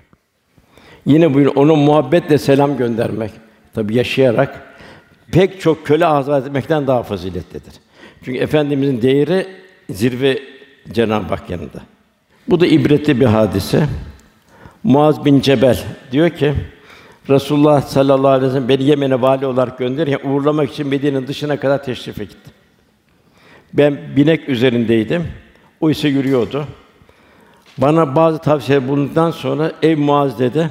Yine buyuruyor, onun muhabbetle selam göndermek. Tabii yaşayarak pek çok köle azat etmekten daha faziletlidir. Çünkü Efendimizin değeri zirve Cenab-ı Hak yanında. Bu da ibretli bir hadise. Muaz bin Cebel diyor ki Resulullah sallallahu aleyhi ve sellem beni Yemen'e vali olarak gönderirken uğurlamak için Medine'nin dışına kadar teşrif etti. Ben binek üzerindeydim. O ise yürüyordu. Bana bazı tavsiye bulunduktan sonra ey Muaz dedi.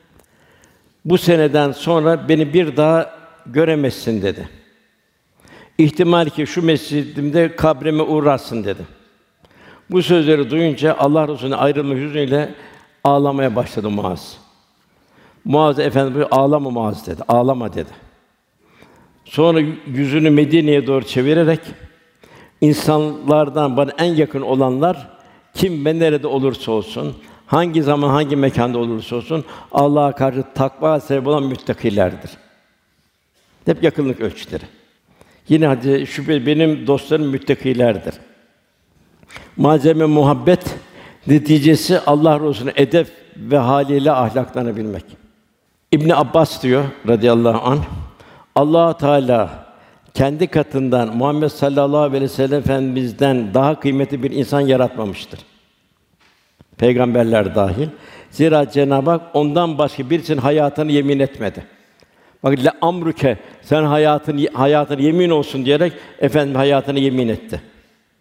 Bu seneden sonra beni bir daha göremezsin dedi. İhtimal ki şu mescidimde kabrime uğrarsın dedi. Bu sözleri duyunca Allah Resulü'ne ayrılma hüznüyle ağlamaya başladı Muaz. Muaz Efendimiz ağlama Muaz dedi. Ağlama dedi. Sonra yüzünü Medine'ye doğru çevirerek insanlardan bana en yakın olanlar kim ve nerede olursa olsun, hangi zaman hangi mekanda olursa olsun Allah'a karşı takva sebebi olan müttakilerdir. Hep yakınlık ölçüleri. Yine hadi şüphe benim dostlarım müttakilerdir. Malzeme muhabbet neticesi Allah Resulü'nün edep ve haliyle ahlaklanabilmek. İbn Abbas diyor radıyallahu anh Allah Teala kendi katından Muhammed sallallahu aleyhi ve sellem Efendimizden daha kıymetli bir insan yaratmamıştır. Peygamberler dahil. Zira Cenab-ı Hak ondan başka birisinin hayatını yemin etmedi. Bak le amruke sen hayatın hayatın yemin olsun diyerek efendim hayatını yemin etti.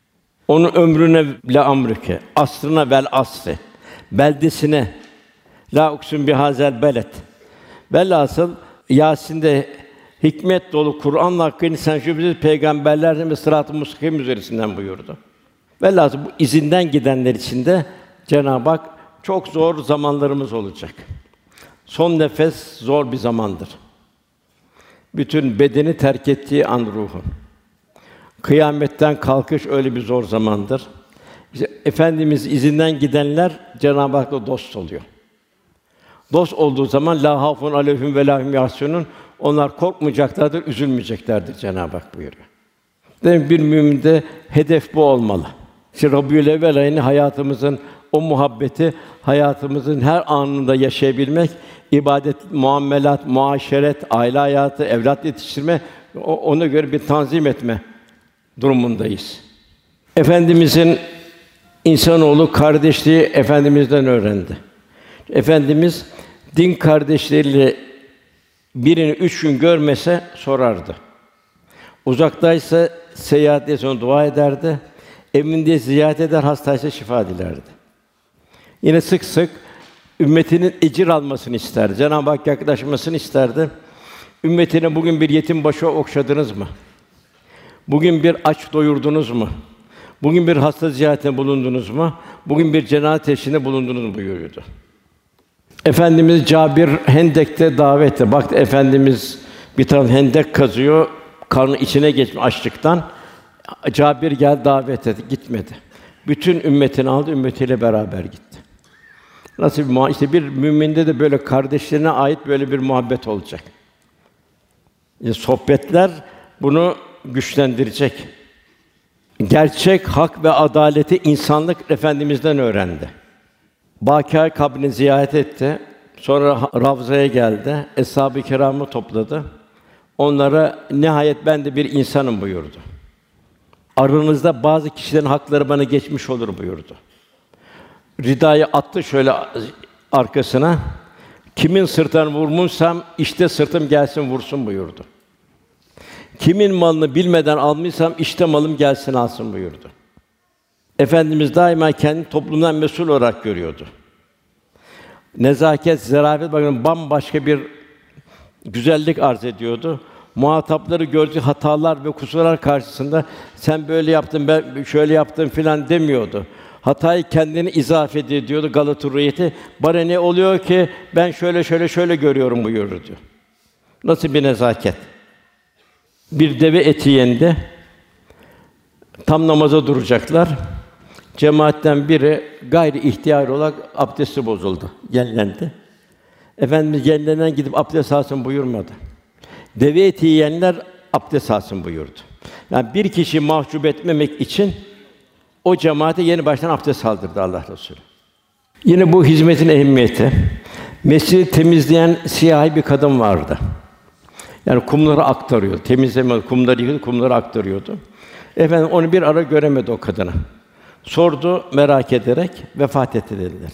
Onun ömrüne le amruke, asrına vel asri, beldesine, La uksun bihazel beled. Velhasıl Yâsin'de hikmet dolu Kur'an'la hakkını sen şüphesiz peygamberlerden ve sırat-ı mustakîm üzerisinden buyurdu. Velhasıl bu izinden gidenler için de Cenab-ı Hak çok zor zamanlarımız olacak. Son nefes zor bir zamandır. Bütün bedeni terk ettiği an ruhun. Kıyametten kalkış öyle bir zor zamandır. İşte Efendimiz izinden gidenler Cenab-ı Hak'la dost oluyor. Dost olduğu zaman la hafun aleyhim ve la hum yahsunun. Onlar korkmayacaklardır, üzülmeyeceklerdir Cenab-ı Hak buyuruyor. Demek bir müminde hedef bu olmalı. İşte Rabiül-Evvel ayını hayatımızın o muhabbeti hayatımızın her anında yaşayabilmek, ibadet, muamelat, muaşeret, aile hayatı, evlat yetiştirme, ona göre bir tanzim etme durumundayız. Efendimizin insanoğlu kardeşliği Efendimiz'den öğrendi. Efendimiz din kardeşleriyle birini üç gün görmese sorardı. Uzaktaysa seyahatte sonra dua ederdi. Evinde ziyaret eder, hastaysa şifa dilerdi. Yine sık sık ümmetinin ecir almasını isterdi. Cenab-ı Hak yaklaşmasını isterdi. Ümmetine bugün bir yetim başı okşadınız mı? Bugün bir aç doyurdunuz mu? Bugün bir hasta ziyaretinde bulundunuz mu? Bugün bir cenaze teşhirinde bulundunuz mu buyuruyordu. Efendimiz Cabir Hendek'te davette. Baktı Efendimiz bir taraf hendek kazıyor, karnı içine geçmiş açlıktan. Cabir gel davet etti, gitmedi. Bütün ümmetini aldı, ümmetiyle beraber gitti. Nasıl bir muha- işte bir müminde de böyle kardeşlerine ait böyle bir muhabbet olacak. Yani sohbetler bunu güçlendirecek. Gerçek hak ve adaleti insanlık Efendimiz'den öğrendi. Bâkî kabrini ziyaret etti. Sonra Ravza'ya geldi. Eshab-ı kiramı topladı. Onlara nihayet ben de bir insanım buyurdu. Aranızda bazı kişilerin hakları bana geçmiş olur buyurdu. Ridayı attı şöyle arkasına. Kimin sırtına vurmuşsam işte sırtım gelsin vursun buyurdu. Kimin malını bilmeden almışsam işte malım gelsin alsın buyurdu. Efendimiz daima kendini toplumdan mesul olarak görüyordu. Nezaket, zarafet bakın bambaşka bir güzellik arz ediyordu. Muhatapları gördüğü hatalar ve kusurlar karşısında sen böyle yaptın, ben şöyle yaptım filan demiyordu. Hatayı kendini izafe ediyordu Galata-ı Bana ne oluyor ki ben şöyle şöyle şöyle görüyorum buyurdu diyor. Nasıl bir nezaket? Bir deve eti yendi. Tam namaza duracaklar. Cemaatten biri gayri ihtiyar olarak abdesti bozuldu, yenilendi. Efendimiz yenilenen gidip abdest alsın buyurmadı. Deve eti yiyenler abdest alsın buyurdu. Yani bir kişi mahcup etmemek için o cemaate yeni baştan abdest aldırdı Allah Resulü. Yine bu hizmetin ehemmiyeti. Mescidi temizleyen siyahi bir kadın vardı. Yani kumları aktarıyor. Temizleme kumları yıkıyor, kumları aktarıyordu. Efendim onu bir ara göremedi o kadını. Sordu merak ederek, vefat etti dediler.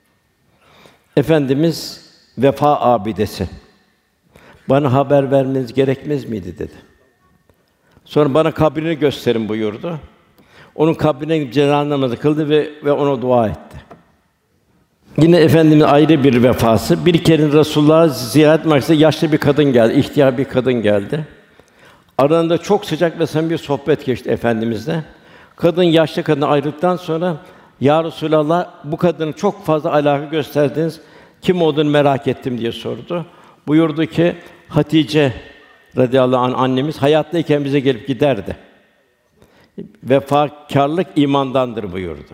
Efendimiz vefa abidesi. Bana haber vermeniz gerekmez miydi dedi. Sonra bana kabrini gösterin buyurdu. Onun kabrine gidip cenaze namazı kıldı ve ve ona dua etti. Yine Efendimiz ayrı bir vefası. Bir kere Resulullah'ı ziyaret merkezine yaşlı bir kadın geldi, ihtiyar bir kadın geldi. Aralarında çok sıcak ve samimi bir sohbet geçti Efendimizle. Kadın yaşlı kadın ayrıldıktan sonra ya Resulallah bu kadının çok fazla alaka gösterdiniz. Kim olduğunu merak ettim diye sordu. Buyurdu ki Hatice radıyallahu anh annemiz hayattayken bize gelip giderdi. Vefakârlık imandandır buyurdu.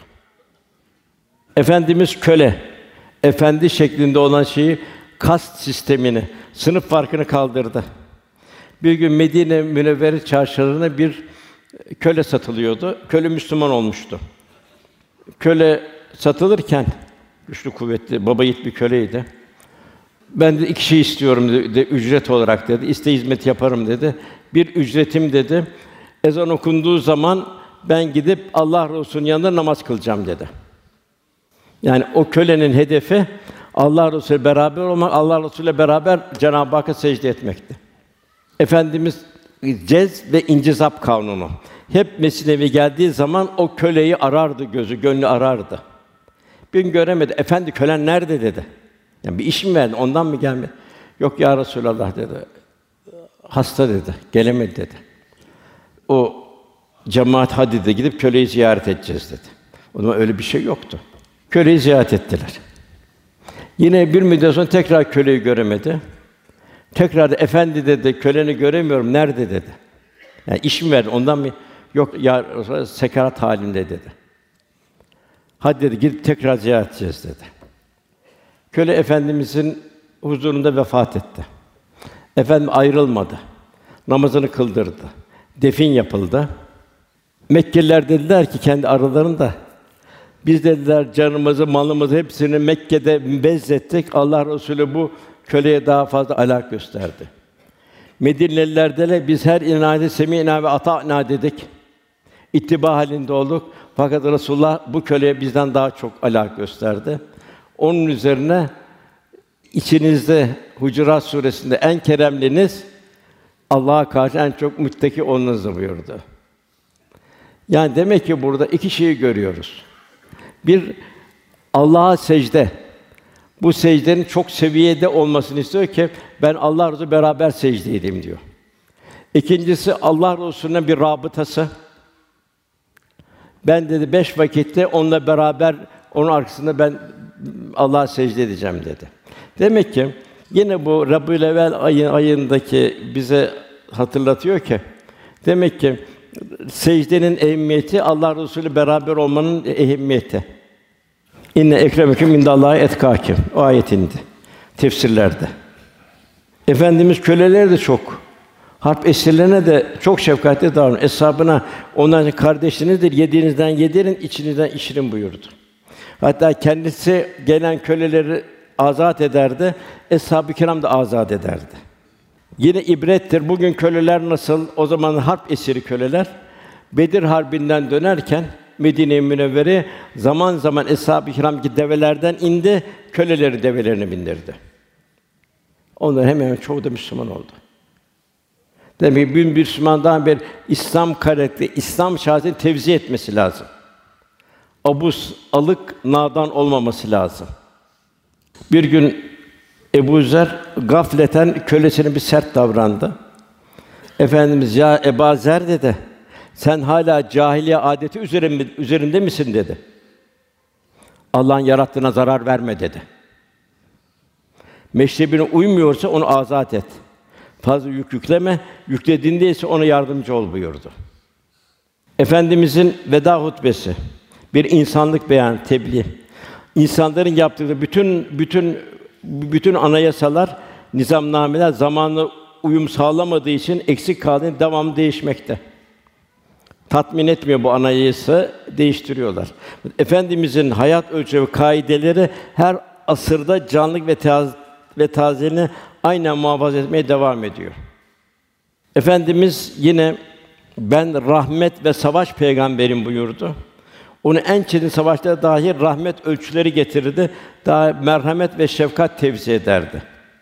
Efendimiz köle, efendi şeklinde olan şeyi kast sistemini, sınıf farkını kaldırdı. Bir gün Medine Münevvere çarşılarına bir köle satılıyordu. Köle Müslüman olmuştu. Köle satılırken güçlü kuvvetli, baba yiğit bir köleydi. Ben de iki şey istiyorum dedi, ücret olarak dedi. İste hizmet yaparım dedi. Bir ücretim dedi. Ezan okunduğu zaman ben gidip Allah Resulü'nün yanında namaz kılacağım dedi. Yani o kölenin hedefi Allah Resulü beraber olmak, Allah Resulü'yle beraber Cenab-ı Hakk'a secde etmekti. Efendimiz cez ve incizap kanunu. Hep Mescid-i Nebevi'ye geldiği zaman o köleyi arardı gözü, gönlü arardı. Bir gün göremedi. Efendi kölen nerede dedi. Yani bir iş mi verdin, ondan mı gelmedi? Yok ya Resulallah dedi. Hasta dedi, gelemedi dedi. O cemaat hadi de gidip köleyi ziyaret edeceğiz dedi. O zaman öyle bir şey yoktu. Köleyi ziyaret ettiler. Yine bir müddet sonra tekrar köleyi göremedi. Tekrar da efendi dedi, köleni göremiyorum, nerede dedi. Yani iş mi verdin, ondan mı? Yok ya Resulallah, sekarat halinde dedi. Hadi dedi, gidip tekrar ziyaret edeceğiz dedi. Köle Efendimizin huzurunda vefat etti. Efendim ayrılmadı. Namazını kıldırdı. Defin yapıldı. Mekkeliler dediler ki kendi aralarında, biz dediler canımızı, malımızı hepsini Mekke'de bezlettik. Allah Resulü bu köleye daha fazla alak gösterdi. Medineliler dediler, biz her inayete semî'nâ ve ata'nâ dedik. İttiba halinde olduk. Fakat Resulullah bu köleye bizden daha çok alak gösterdi. Onun üzerine içinizde Hucurat Sûresinde en keremliniz, Allah'a karşı en çok muttaki olunuzdur buyurdu. Yani demek ki burada iki şeyi görüyoruz. Bir, Allah'a secde. Bu secdenin çok seviyede olmasını istiyor ki ben Allah Resulü beraber secde edeyim diyor. İkincisi Allah Resulü'ne bir rabıtası. Ben dedi beş vakitte onunla beraber onun arkasında ben Allah'a secde edeceğim dedi. Demek ki yine bu Rabiülevvel ayı, ayındaki bize hatırlatıyor ki demek ki secdenin ehemmiyeti Allah Resulü beraber olmanın ehemmiyeti. İnne ekremekum indallahi etkâkum. O ayet indi tefsirlerde. Efendimiz köleleri de çok, harp esirlerine de çok şefkatli davranıyor. Eshabına onların kardeşinizdir, yediğinizden yedirin, içinizden içirin buyurdu. Hatta kendisi gelen köleleri azat ederdi, eshab-ı kiram da azat ederdi. Yine ibrettir. Bugün köleler nasıl? O zaman harp esiri köleler Bedir Harbi'nden dönerken Medine-i Münevvere zaman zaman eshab-ı kiram ki develerden indi, köleleri develerine bindirdi. Onlar hemen hemen çoğu da Müslüman oldu. Demek ki bir Müslümandan bir İslam karakteri, İslam şahsiyetini tevzi etmesi lazım. Abuz, alık, nadan olmaması lazım. Bir gün Ebu Zer gafleten kölesine bir sert davrandı. Efendimiz ya Ebu Zer dedi. Sen hala cahiliye adeti üzerinde, üzerinde misin dedi. Allah'ın yarattığına zarar verme dedi. Meşrebine uymuyorsa onu azat et. Fazla yük yükleme, yüklediğinde ise ona yardımcı ol buyurdu. Efendimizin veda hutbesi, bir insanlık beyanı, tebliğ. İnsanların yaptığı bütün bütün bütün anayasalar, nizamnameler zamanla uyum sağlamadığı için eksik kaldığında devamlı değişmekte. Tatmin etmiyor bu anayasa, değiştiriyorlar. Efendimizin hayat ölçeği kaideleri her asırda canlılık ve taz ve tazeliğini aynen muhafaza etmeye devam ediyor. Efendimiz yine ben rahmet ve savaş peygamberim buyurdu. Onu en çetin savaşlara dahi rahmet ölçüleri getirirdi. Daha merhamet ve şefkat tevzi ederdi.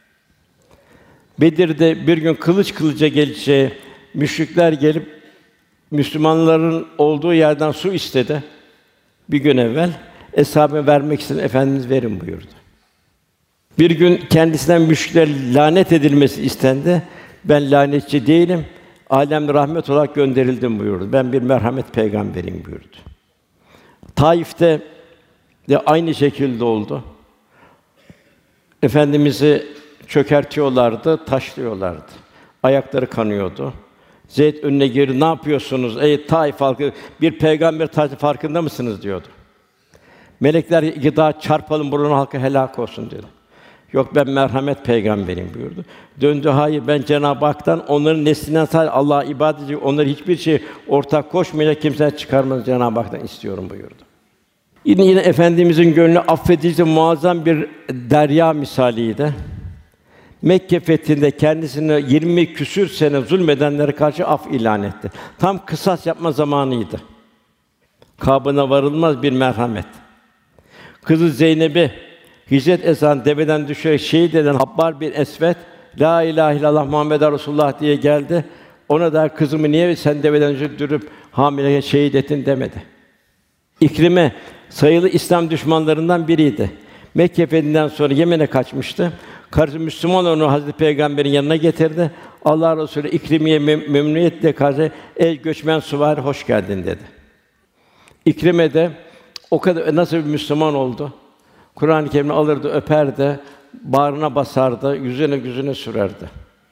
Bedir'de bir gün kılıç kılıca geleceği müşrikler gelip Müslümanların olduğu yerden su istedi. Bir gün evvel eshabına vermek için Efendimiz verin buyurdu. Bir gün kendisinden müşrikler lanet edilmesi istendi. Ben lanetçi değilim. Âlem rahmet olarak gönderildim buyurdu. Ben bir merhamet peygamberiyim buyurdu. Taif'te de aynı şekilde oldu. Efendimizi çökertiyorlardı, taşlıyorlardı. Ayakları kanıyordu. Zeyd önüne girdi. Ne yapıyorsunuz ey Taif halkı? Bir peygamber tarzı farkında mısınız diyordu. Melekler iki daha çarpalım bunun halkı helak olsun dedi. Yok ben merhamet peygamberiyim buyurdu. Döndü hayır ben Cenab-ı Hak'tan onların neslinden sadece Allah'a ibadet edecek, onları hiçbir şey ortak koşmayacak kimseden çıkarmaz Cenab-ı Hak'tan istiyorum buyurdu. Yine yine Efendimizin gönlü affedici muazzam bir derya misaliydi. Mekke fethinde kendisine yirmi küsür sene zulmedenlere karşı af ilan etti. Tam kısas yapma zamanıydı. Kabına varılmaz bir merhamet. Kızı Zeynep'i hicret esnasında deveden düşerek şehit eden Habbar bin Esved, la ilahe illallah Muhammeden Resulullah diye geldi. Ona da kızımı niye sen deveden düşürüp hamile şehit ettin demedi. İkrime sayılı İslam düşmanlarından biriydi. Mekke fethinden sonra Yemen'e kaçmıştı. Karısı Müslüman onu Hazreti Peygamber'in yanına getirdi. Allah Resulü İkrimiye mem- memnuniyetle karşı "Ey göçmen süvari hoş geldin." dedi. İkrime de o kadar nasıl bir Müslüman oldu. Kur'an-ı Kerim'i alırdı, öperdi, bağrına basardı, yüzüne yüzüne sürerdi.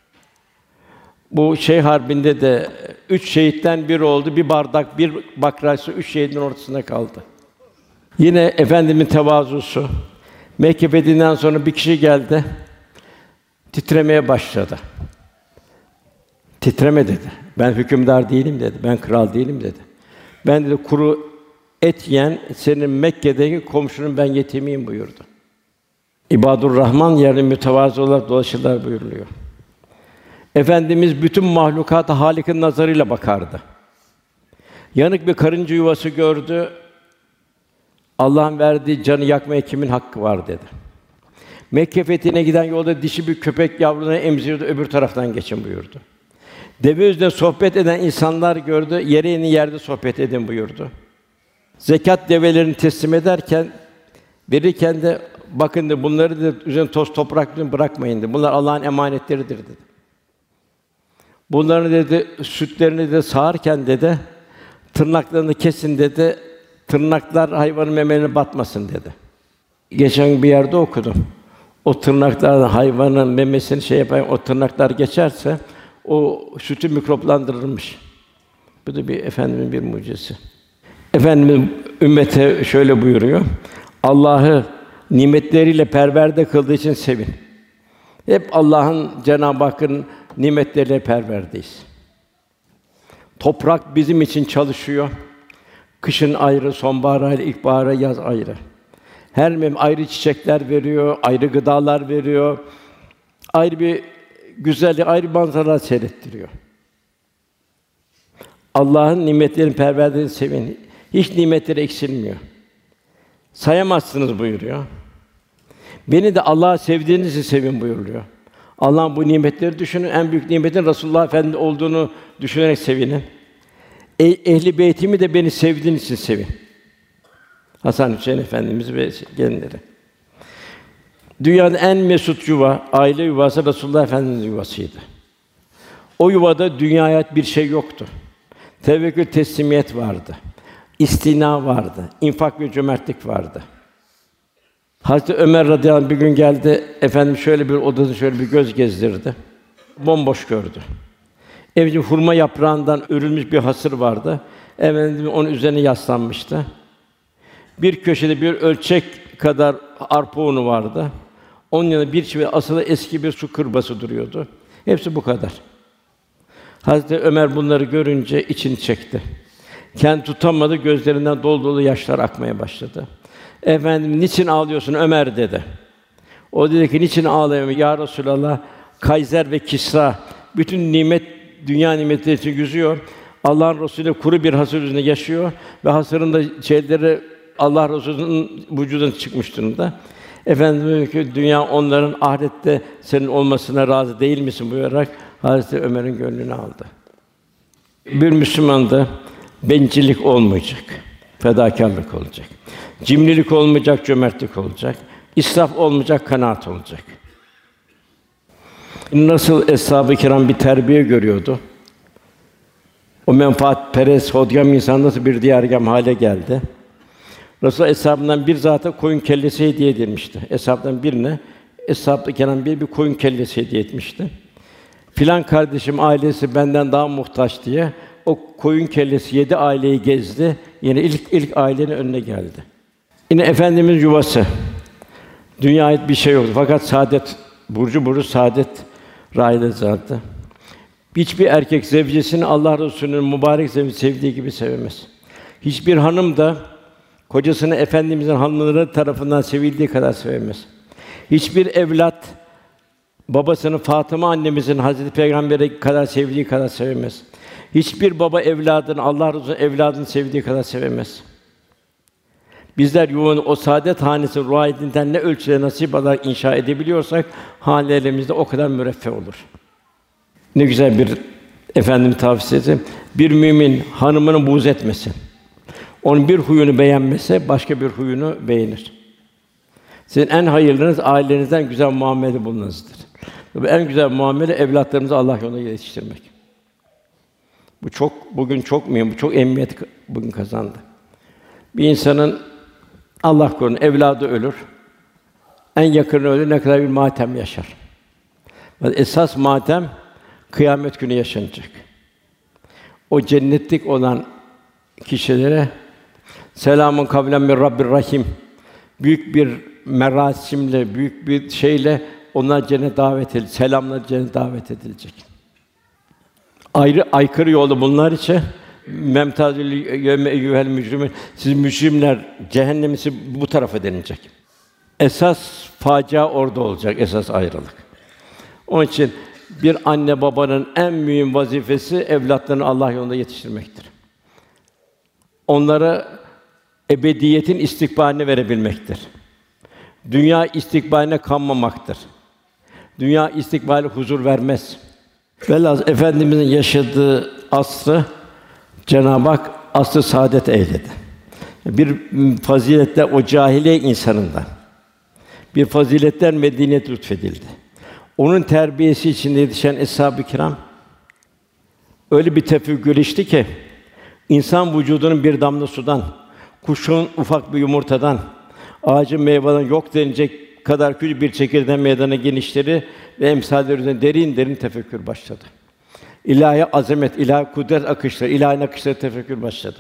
Bu şey harbinde de üç şehitten biri oldu. Bir bardak, bir bakraysa üç şehidin ortasında kaldı. Yine Efendimiz'in tevazusu. Mekke fethinden sonra bir kişi geldi. Titremeye başladı. "Titreme." dedi. "Ben hükümdar değilim." dedi. "Ben kral değilim." dedi. "Ben" dedi, "kuru et yiyen senin Mekke'deki komşunun ben yetimiyim." buyurdu. İbadur Rahman yerine mütevazı olarak dolaşırlar buyuruluyor. Efendimiz bütün mahlukata Hâlik'in nazarıyla bakardı. Yanık bir karınca yuvası gördü. "Allah'ın verdiği canı yakmaya kimin hakkı var?" dedi. Mekke fethine giden yolda dişi bir köpek yavrularını emziriyordu, öbür taraftan geçin buyurdu. Deve üzerinde sohbet eden insanlar gördü, yere inin yerde sohbet edin buyurdu. Zekat develerini teslim ederken, verirken de bakın dedi, bunları da üzerine toz toprak bırakmayın dedi. Bunlar Allah'ın emanetleridir dedi. Bunların dedi sütlerini de sağarken dedi, tırnaklarını kesin dedi. Tırnaklar hayvanın memelerine batmasın dedi. Geçen bir yerde okudum. O tırnaklar hayvanın memesini şey yapan o tırnaklar geçerse o sütü mikroplandırırmış. Bu da bir Efendimiz'in bir mucizesi. Efendimiz ümmete şöyle buyuruyor. Allah'ı nimetleriyle perverde kıldığı için sevin. Hep Allah'ın Cenab-ı Hakk'ın nimetleriyle perverdeyiz. Toprak bizim için çalışıyor. Kışın ayrı, sonbahar ayrı, ilkbahar, yaz ayrı. Her mevsim ayrı çiçekler veriyor, ayrı gıdalar veriyor. Ayrı bir güzellik, ayrı manzaralar seyrettiriyor. Allah'ın nimetlerini perverdiğini sevin. Hiç nimetleri eksilmiyor. Sayamazsınız buyuruyor. Beni de Allah'ı sevdiğiniz için sevin buyuruluyor. Allah'ın bu nimetleri düşünün. En büyük nimetin Resulullah Efendimiz olduğunu düşünerek sevinin. Ey ehli beytimi de beni sevdiğiniz için sevin. Hasan Hüseyin Efendimiz ve gelinleri. Dünyanın en mesut yuva, aile yuvası Resulullah Efendimiz'in yuvasıydı. O yuvada dünyaya ait bir şey yoktu. Tevekkül, teslimiyet vardı. İstina vardı. İnfak ve cömertlik vardı. Hazreti Ömer radıyallahu anh bir gün geldi, efendim şöyle bir odada şöyle bir göz gezdirdi. Bomboş gördü. Evde hurma yaprağından örülmüş bir hasır vardı. Efendimiz onun üzerine yaslanmıştı. Bir köşede bir ölçek kadar arpa unu vardı. Onun yanında bir çivi asılı eski bir su kırbası duruyordu. Hepsi bu kadar. Hazreti Ömer bunları görünce içini çekti. Kendi tutamadı, gözlerinden dolu dolu yaşlar akmaya başladı. Efendim, "Niçin ağlıyorsun Ömer?" dedi. O dedi ki, "Niçin ağlayayım ya Resulallah? Kayser ve Kisra bütün nimet, dünya nimetleri için yüzüyor. Allah'ın Resulü kuru bir hasır üzerinde yaşıyor ve hasırın da şeyleri Allah Resulü'nün vücudundan çıkmış durumda. Efendimiz diyor ki, dünya onların ahirette senin olmasına razı değil misin buyurarak Hazreti Ömer'in gönlünü aldı. Bir Müslümanda bencillik olmayacak, fedakârlık olacak. Cimrilik olmayacak, cömertlik olacak. İsraf olmayacak, kanaat olacak. Nasıl eshab-ı kiram bir terbiye görüyordu? O menfaatperest, hodgam insan nasıl bir diğergâm hale geldi? Resulullah eshabından bir zata koyun kellesi hediye edilmişti. Eshabından birine eshab-ı kiram bir bir koyun kellesi hediye etmişti. Filan kardeşim ailesi benden daha muhtaç diye o koyun kellesi yedi aileyi gezdi. Yine ilk ilk ailenin önüne geldi. Yine Efendimiz yuvası. Dünya ait bir şey yoktu. Fakat saadet burcu burcu saadet râile zattı. Hiçbir erkek zevcesini Allah Resulü'nün mübarek zevci sevdiği gibi sevemez. Hiçbir hanım da kocasını Efendimizin hanımları tarafından sevildiği kadar sevemez. Hiçbir evlat babasını Fatıma annemizin Hazreti Peygamber'e kadar sevdiği kadar sevemez. Hiçbir baba evladını Allah Resulü evladını sevdiği kadar sevemez. Bizler yuvanın o saadet hanesi ruhiyetinden ne ölçüde nasip alarak inşa edebiliyorsak hanelerimizde o kadar müreffeh olur. Ne güzel bir efendim tavsiyesi. Bir mümin hanımını buğz etmesin. Onun bir huyunu beğenmese başka bir huyunu beğenir. Sizin en hayırlınız ailenizden güzel muamele bulunuzdur. Ve en güzel muamele evlatlarınızı Allah yolunda yetiştirmek. Bu çok bugün çok mühim, bu çok emniyet bugün kazandı. Bir insanın Allah korusun evladı ölür. En yakını ölür, ne kadar bir matem yaşar. Esas matem kıyamet günü yaşanacak. O cennetlik olan kişilere selamun kavlen min Rabbir Rahim, büyük bir merasimle, büyük bir şeyle onlar cennete davet edilecek, selamla cennete davet edilecek. Ayrı aykırı yolu bunlar için memtazül yevme eyyuhel mücrimin, siz mücrimler cehennemi bu tarafa denilecek. Esas facia orada olacak, esas ayrılık. Onun için bir anne babanın en mühim vazifesi evlatlarını Allah yolunda yetiştirmektir. Onlara ebediyetin istikbalini verebilmektir. Dünya istikbaline kanmamaktır. Dünya istikbali huzur vermez. Velhâsıl Efendimizin yaşadığı asrı Cenab-ı Hak asr-ı saadet eyledi. Bir faziletler o cahiliye insanından bir faziletler Medine'ye lütfedildi. Onun terbiyesi içinde yetişen eshab-ı kiram öyle bir tefekkür gelişti ki insan vücudunun bir damla sudan, kuşun ufak bir yumurtadan, ağacın meyveden yok denilecek kadar küçük bir çekirdeğin meydana genişleri ve emsalleri üzerine derin derin tefekkür başladı. İlahi azamet, ilahi kudret akışları, ilahi akışları tefekkür başladı.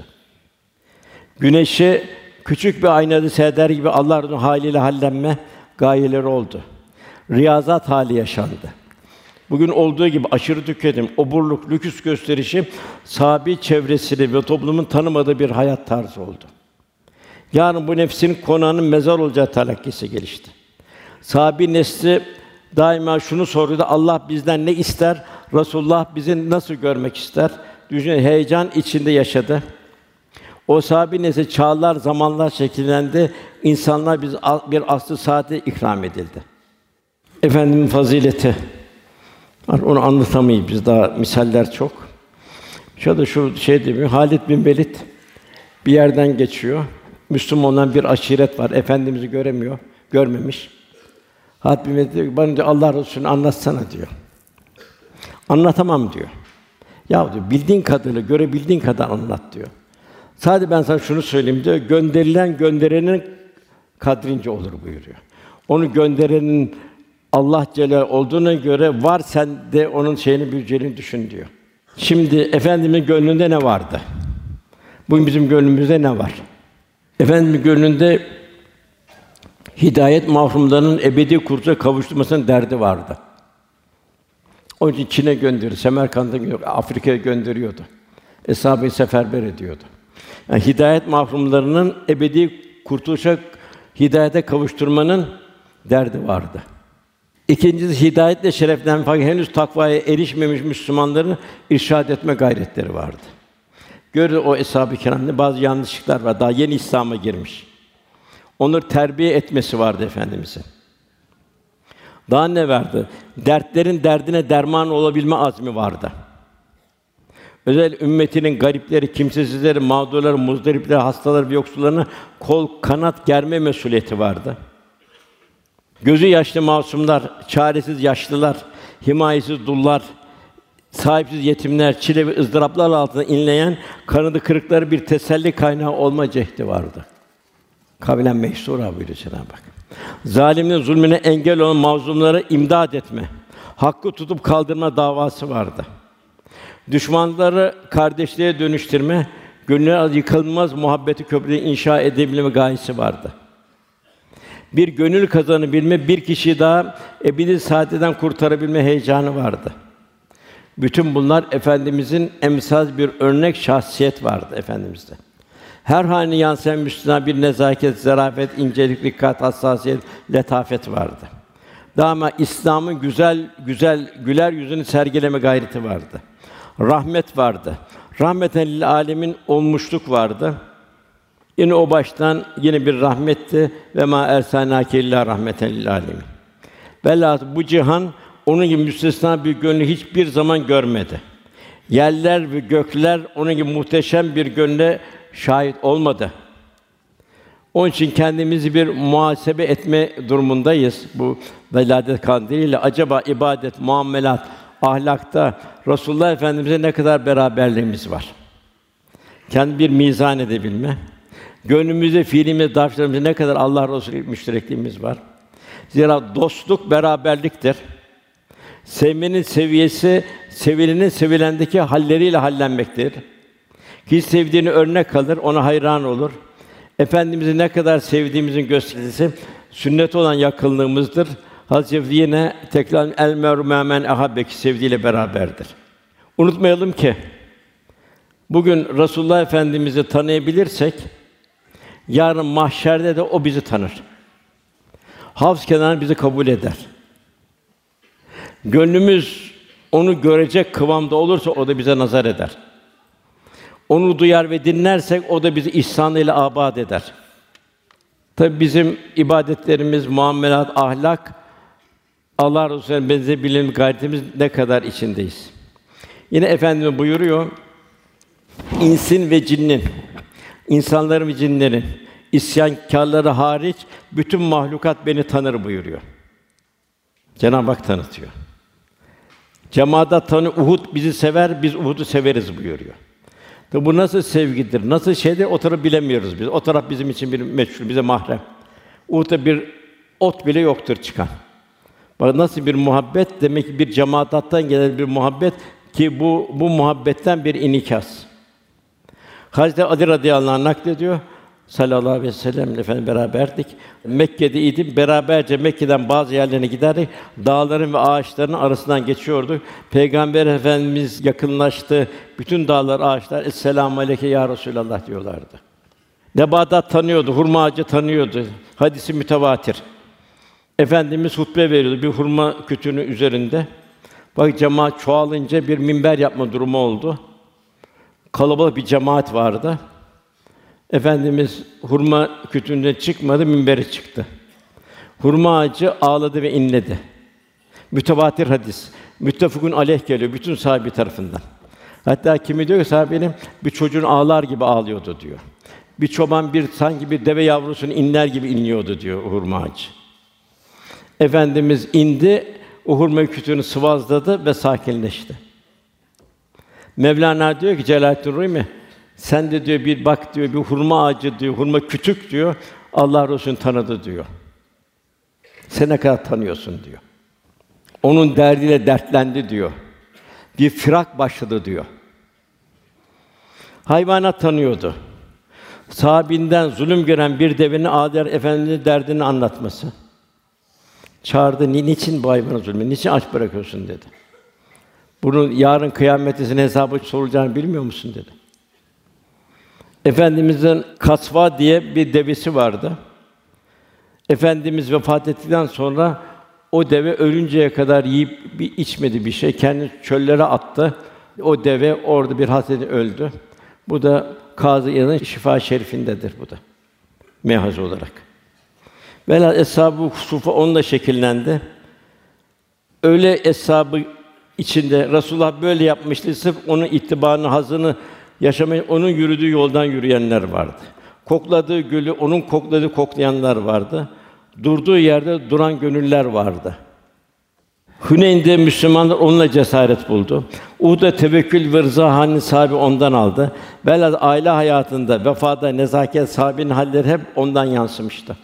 Güneşi küçük bir aynada seyreder gibi Allah'ın haliyle hallenme gayeleri oldu. Riyazat hali yaşandı. Bugün olduğu gibi aşırı tüketim, oburluk, lüküs gösterişi sahabi çevresini ve toplumun tanımadığı bir hayat tarzı oldu. Yarın bu nefsin konağının mezar olacağı talakkisi gelişti. Sahabi nesli daima şunu soruyordu: Allah bizden ne ister? Resulullah bizi nasıl görmek ister? Düşünün, heyecan içinde yaşadı. O sahabi nesli çağlar, zamanlar şekillendi. İnsanlar biz bir asr-ı saate ikram edildi. Efendimiz fazileti var, onu anlatamayız biz, daha misaller çok. Şurada şu şey demiyor, Halid bin Velid bir yerden geçiyor. Müslüman olan bir aşiret var. Efendimiz'i göremiyor, görmemiş. Halid bin Velid diyor ki, bana diyor, Allah Resulü'nü anlatsana diyor. Anlatamam diyor. Ya diyor, bildiğin kadarıyla, görebildiğin kadar anlat diyor. Sadece ben sana şunu söyleyeyim diyor, gönderilen gönderenin kadrince olur buyuruyor. Onu gönderenin Allah Celle olduğuna göre var, sen de onun şeyini, büyüyeceğini düşün diyor. Şimdi Efendimiz'in gönlünde ne vardı? Bugün bizim gönlümüzde ne var? Efendimiz'in gönlünde hidayet mahrumlarının ebedi kurtuluşa kavuşturmasının derdi vardı. Onun için Çin'e gönderiyordu, Semerkant'a gönderiyordu, Afrika'ya gönderiyordu. Eshab-ı seferber ediyordu. Yani hidayet mahrumlarının ebedi kurtuluşa, hidayete kavuşturmanın derdi vardı. İkincisi, hidayetle şereflenmek, fakat henüz takvaya erişmemiş Müslümanların irşad etme gayretleri vardı. Görün o eshab-ı kiramda bazı yanlışlıklar var. Daha yeni İslam'a girmiş. Onları terbiye etmesi vardı Efendimiz'in. Daha ne vardı? Dertlerin derdine derman olabilme azmi vardı. Özel ümmetinin garipleri, kimsesizleri, mağdurları, muzdaripleri, hastaları ve yoksullarına kol kanat germe mesuliyeti vardı. Gözü yaşlı masumlar, çaresiz yaşlılar, himayesiz dullar, sahipsiz yetimler, çile ve ızdıraplar altında inleyen, kanadı kırıkları bir teselli kaynağı olma cehdi vardı. Kavlen meysûrâ buyuruyor Cenab-ı Hak. Zalimin zulmüne engel olan mazlumlara imdad etme, hakkı tutup kaldırma davası vardı. Düşmanları kardeşliğe dönüştürme, gönüllere yıkılmaz muhabbeti köprüyü inşa edebilme gayesi vardı. Bir gönül kazanabilme, bir kişiyi daha ebedi saadetinden kurtarabilme heyecanı vardı. Bütün bunlar Efendimizin emsal bir örnek şahsiyet vardı Efendimiz'de. Her haline yansıyan Müslüman bir nezaket, zarafet, incelik, dikkat, hassasiyet, letafet vardı. Daima İslam'ın güzel güzel güler yüzünü sergileme gayreti vardı. Rahmet vardı. Rahmeten lil âlemin olmuşluk vardı. Yine o baştan yine bir rahmetti ve ma ersalnâke illâ rahmeten lil âlemin. Velhâsıl bu cihan onun gibi müstesna bir gönlü hiçbir zaman görmedi. Yerler ve gökler onun gibi muhteşem bir gönle şahit olmadı. Onun için kendimizi bir muhasebe etme durumundayız. Bu veladet kandiliyle acaba ibadet, muamelat, ahlakta Resulullah Efendimiz'e ne kadar beraberliğimiz var? Kendi bir mizan edebilme. Gönlümüzde, fiilimizde, davranışlarımızda ne kadar Allah Resulü müşterekliğimiz var? Zira dostluk beraberliktir. Sevmenin seviyesi, sevilenin sevilendeki halleriyle hallenmektir. Ki sevdiğini örnek alır, ona hayran olur. Efendimiz'i ne kadar sevdiğimizin göstericisi sünnet olan yakınlığımızdır. Hazreti yine tekrar el meru men ahabbeki sevdiğiyle beraberdir. Unutmayalım ki bugün Resulullah Efendimiz'i tanıyabilirsek yarın mahşerde de o bizi tanır. Havz kenarında bizi kabul eder. Gönlümüz onu görecek kıvamda olursa o da bize nazar eder. Onu duyar ve dinlersek o da bizi ihsanıyla âbad eder. Tabii bizim ibadetlerimiz, muamelat, ahlak Allah Resulü'ne benzeyebilelim gayretimiz ne kadar içindeyiz. Yine Efendimiz buyuruyor, insin ve cinnin, insanların ve cinlerin, isyankârları hariç bütün mahlukat beni tanır buyuruyor. Cenab-ı Hak tanıtıyor. Cemaat tanı Uhud bizi sever, biz Uhud'u severiz buyuruyor. Tabi bu nasıl sevgidir, nasıl şeydir o tarafı bilemiyoruz biz. O taraf bizim için bir meçhul, bize mahrem. Uhud'da bir ot bile yoktur çıkan. Bak nasıl bir muhabbet, demek ki bir cemaattan gelen bir muhabbet ki bu bu muhabbetten bir inikas. Hazreti Ali radıyallahu anh naklediyor. Sallallahu aleyhi ve sellem efendim beraberdik. Mekke'deydim. Beraberce Mekke'den bazı yerlerine giderdik. Dağların ve ağaçların arasından geçiyorduk. Peygamber Efendimiz yakınlaştı. Bütün dağlar, ağaçlar "Esselamu aleyke ya Resulallah" diyorlardı. Nebatat tanıyordu, hurma ağacı tanıyordu. Hadisi mütevatir. Efendimiz hutbe veriyordu bir hurma kütüğünün üzerinde. Bak cemaat çoğalınca bir minber yapma durumu oldu. Kalabalık bir cemaat vardı. Efendimiz hurma kütüğünden çıkmadı, minbere çıktı. Hurma ağacı ağladı ve inledi. Mütevatir hadis. Müttefakun aleyh geliyor bütün sahabe tarafından. Hatta kimi diyor ki sahabenin bir çocuğun ağlar gibi ağlıyordu diyor. Bir çoban bir sanki bir deve yavrusunu inler gibi inliyordu diyor hurma ağacı. Efendimiz indi, o hurma kütüğünü sıvazladı ve sakinleşti. Mevlana diyor ki Celaleddin Rumi, sen de diyor bir bak diyor bir hurma ağacı diyor, hurma kütük diyor. Allah Resulü'nü tanıdı diyor. Sen ne kadar tanıyorsun diyor. Onun derdiyle dertlendi diyor. Bir firak başladı diyor. Hayvanat tanıyordu. Sahabinden zulüm gören bir devenin Âder Efendimiz'in derdini anlatması. Çağırdı, "Ni niçin bu hayvana zulmü? Niçin aç bırakıyorsun?" dedi. "Bunun yarın kıyamette senin hesabı sorulacağını bilmiyor musun?" dedi. Efendimizin Kasva diye bir devesi vardı. Efendimiz vefat ettikten sonra o deve ölünceye kadar yiyip bir içmedi bir şey. Kendini çöllere attı. O deve orada bir hasretle öldü. Bu da Kazı İyad'ın Şifa Şerifindedir bu da. Mehaz olarak. Velhâsıl eshab-ı sufa onunla şekillendi. Öyle eshab-ı içinde Resulullah böyle yapmıştı. Sırf onun ittibaını, hazını yaşamayı, onun yürüdüğü yoldan yürüyenler vardı. Kokladığı gülü, onun kokladığı koklayanlar vardı. Durduğu yerde duran gönüller vardı. Hüneyn'de Müslümanlar onunla cesaret buldu. Uhud'da tevekkül ve rıza halini sahibi ondan aldı. Velhâsıl aile hayatında, vefada, nezaket, sahabenin halleri hep ondan yansımıştı.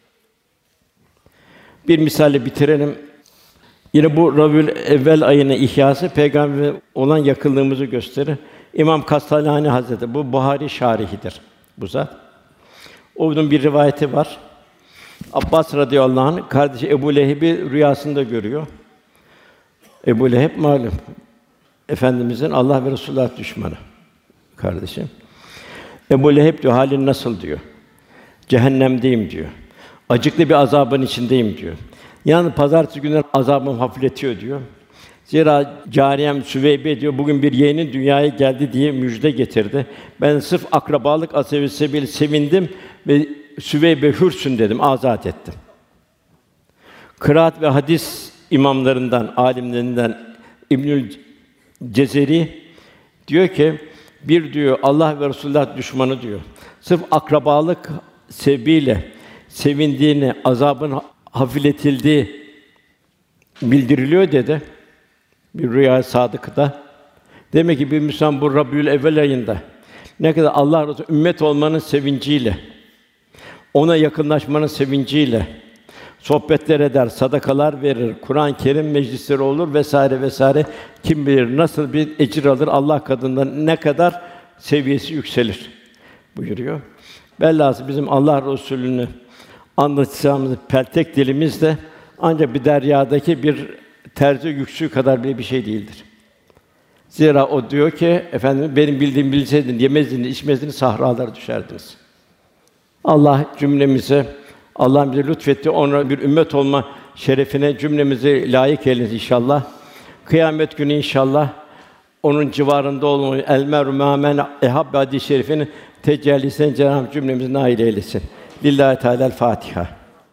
Bir misalle bitirelim. Yine bu Rabiül Evvel ayının ihyası Peygamber'e olan yakınlığımızı gösterir. İmam Kastalani Hazretleri bu Buhari şarihidir bu zat. Onun bir rivayeti var. Abbas radıyallahu anh kardeşi Ebu Leheb'i rüyasında görüyor. Ebu Leheb malum Efendimizin Allah ve Resulullah düşmanı kardeşi. Ebu Leheb diyor halin nasıl diyor. Cehennemdeyim diyor. Acıklı bir azabın içindeyim diyor. Yani pazartesi günü azabım hafifletiyor diyor. Zira cariyem Süveybe diyor bugün bir yeğenin dünyaya geldi diye müjde getirdi. Ben sırf akrabalık asevi sebebiyle sevindim ve Süveybe hürsün dedim, azat ettim. Kıraat ve hadis imamlarından, alimlerinden İbnül Cezeri diyor ki bir diyor Allah ve Resulullah düşmanı diyor. Sırf akrabalık sebebiyle sevindiğini, azabın hafifletildiği bildiriliyor dedi. Bir rüya sadıkta. Demek ki bir Müslüman bu Rabiül Evvel ayında ne kadar Allah Resulü ümmet olmanın sevinciyle, ona yakınlaşmanın sevinciyle sohbetler eder, sadakalar verir, Kur'an-ı Kerim meclisleri olur vesaire vesaire. Kim bilir nasıl bir ecir alır Allah katından, ne kadar seviyesi yükselir buyuruyor. Velhâsıl bizim Allah Resulü'nü anlatacağımız peltek dilimizle ancak bir deryadaki bir terzi yüksüğü kadar bile bir şey değildir. Zira o diyor ki, efendim benim bildiğimi bilseydin, yemezdiniz, içmezdiniz, sahralara düşerdiniz. Allah cümlemize, Allah bize lütfetti, ona bir ümmet olma şerefine cümlemizi layık eylesin inşallah. Kıyamet günü inşallah onun civarında olmayı, el meru me'men ehabbe hadis-i şerifinin tecellisine Cenab-ı cümlemizi nail eylesin. Lillahi Teala Fatiha.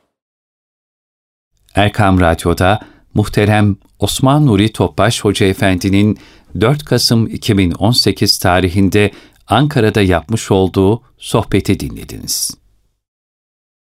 Erkam Radyo'da muhterem Osman Nuri Topbaş Hoca Efendi'nin dört Kasım iki bin on sekiz tarihinde Ankara'da yapmış olduğu sohbeti dinlediniz.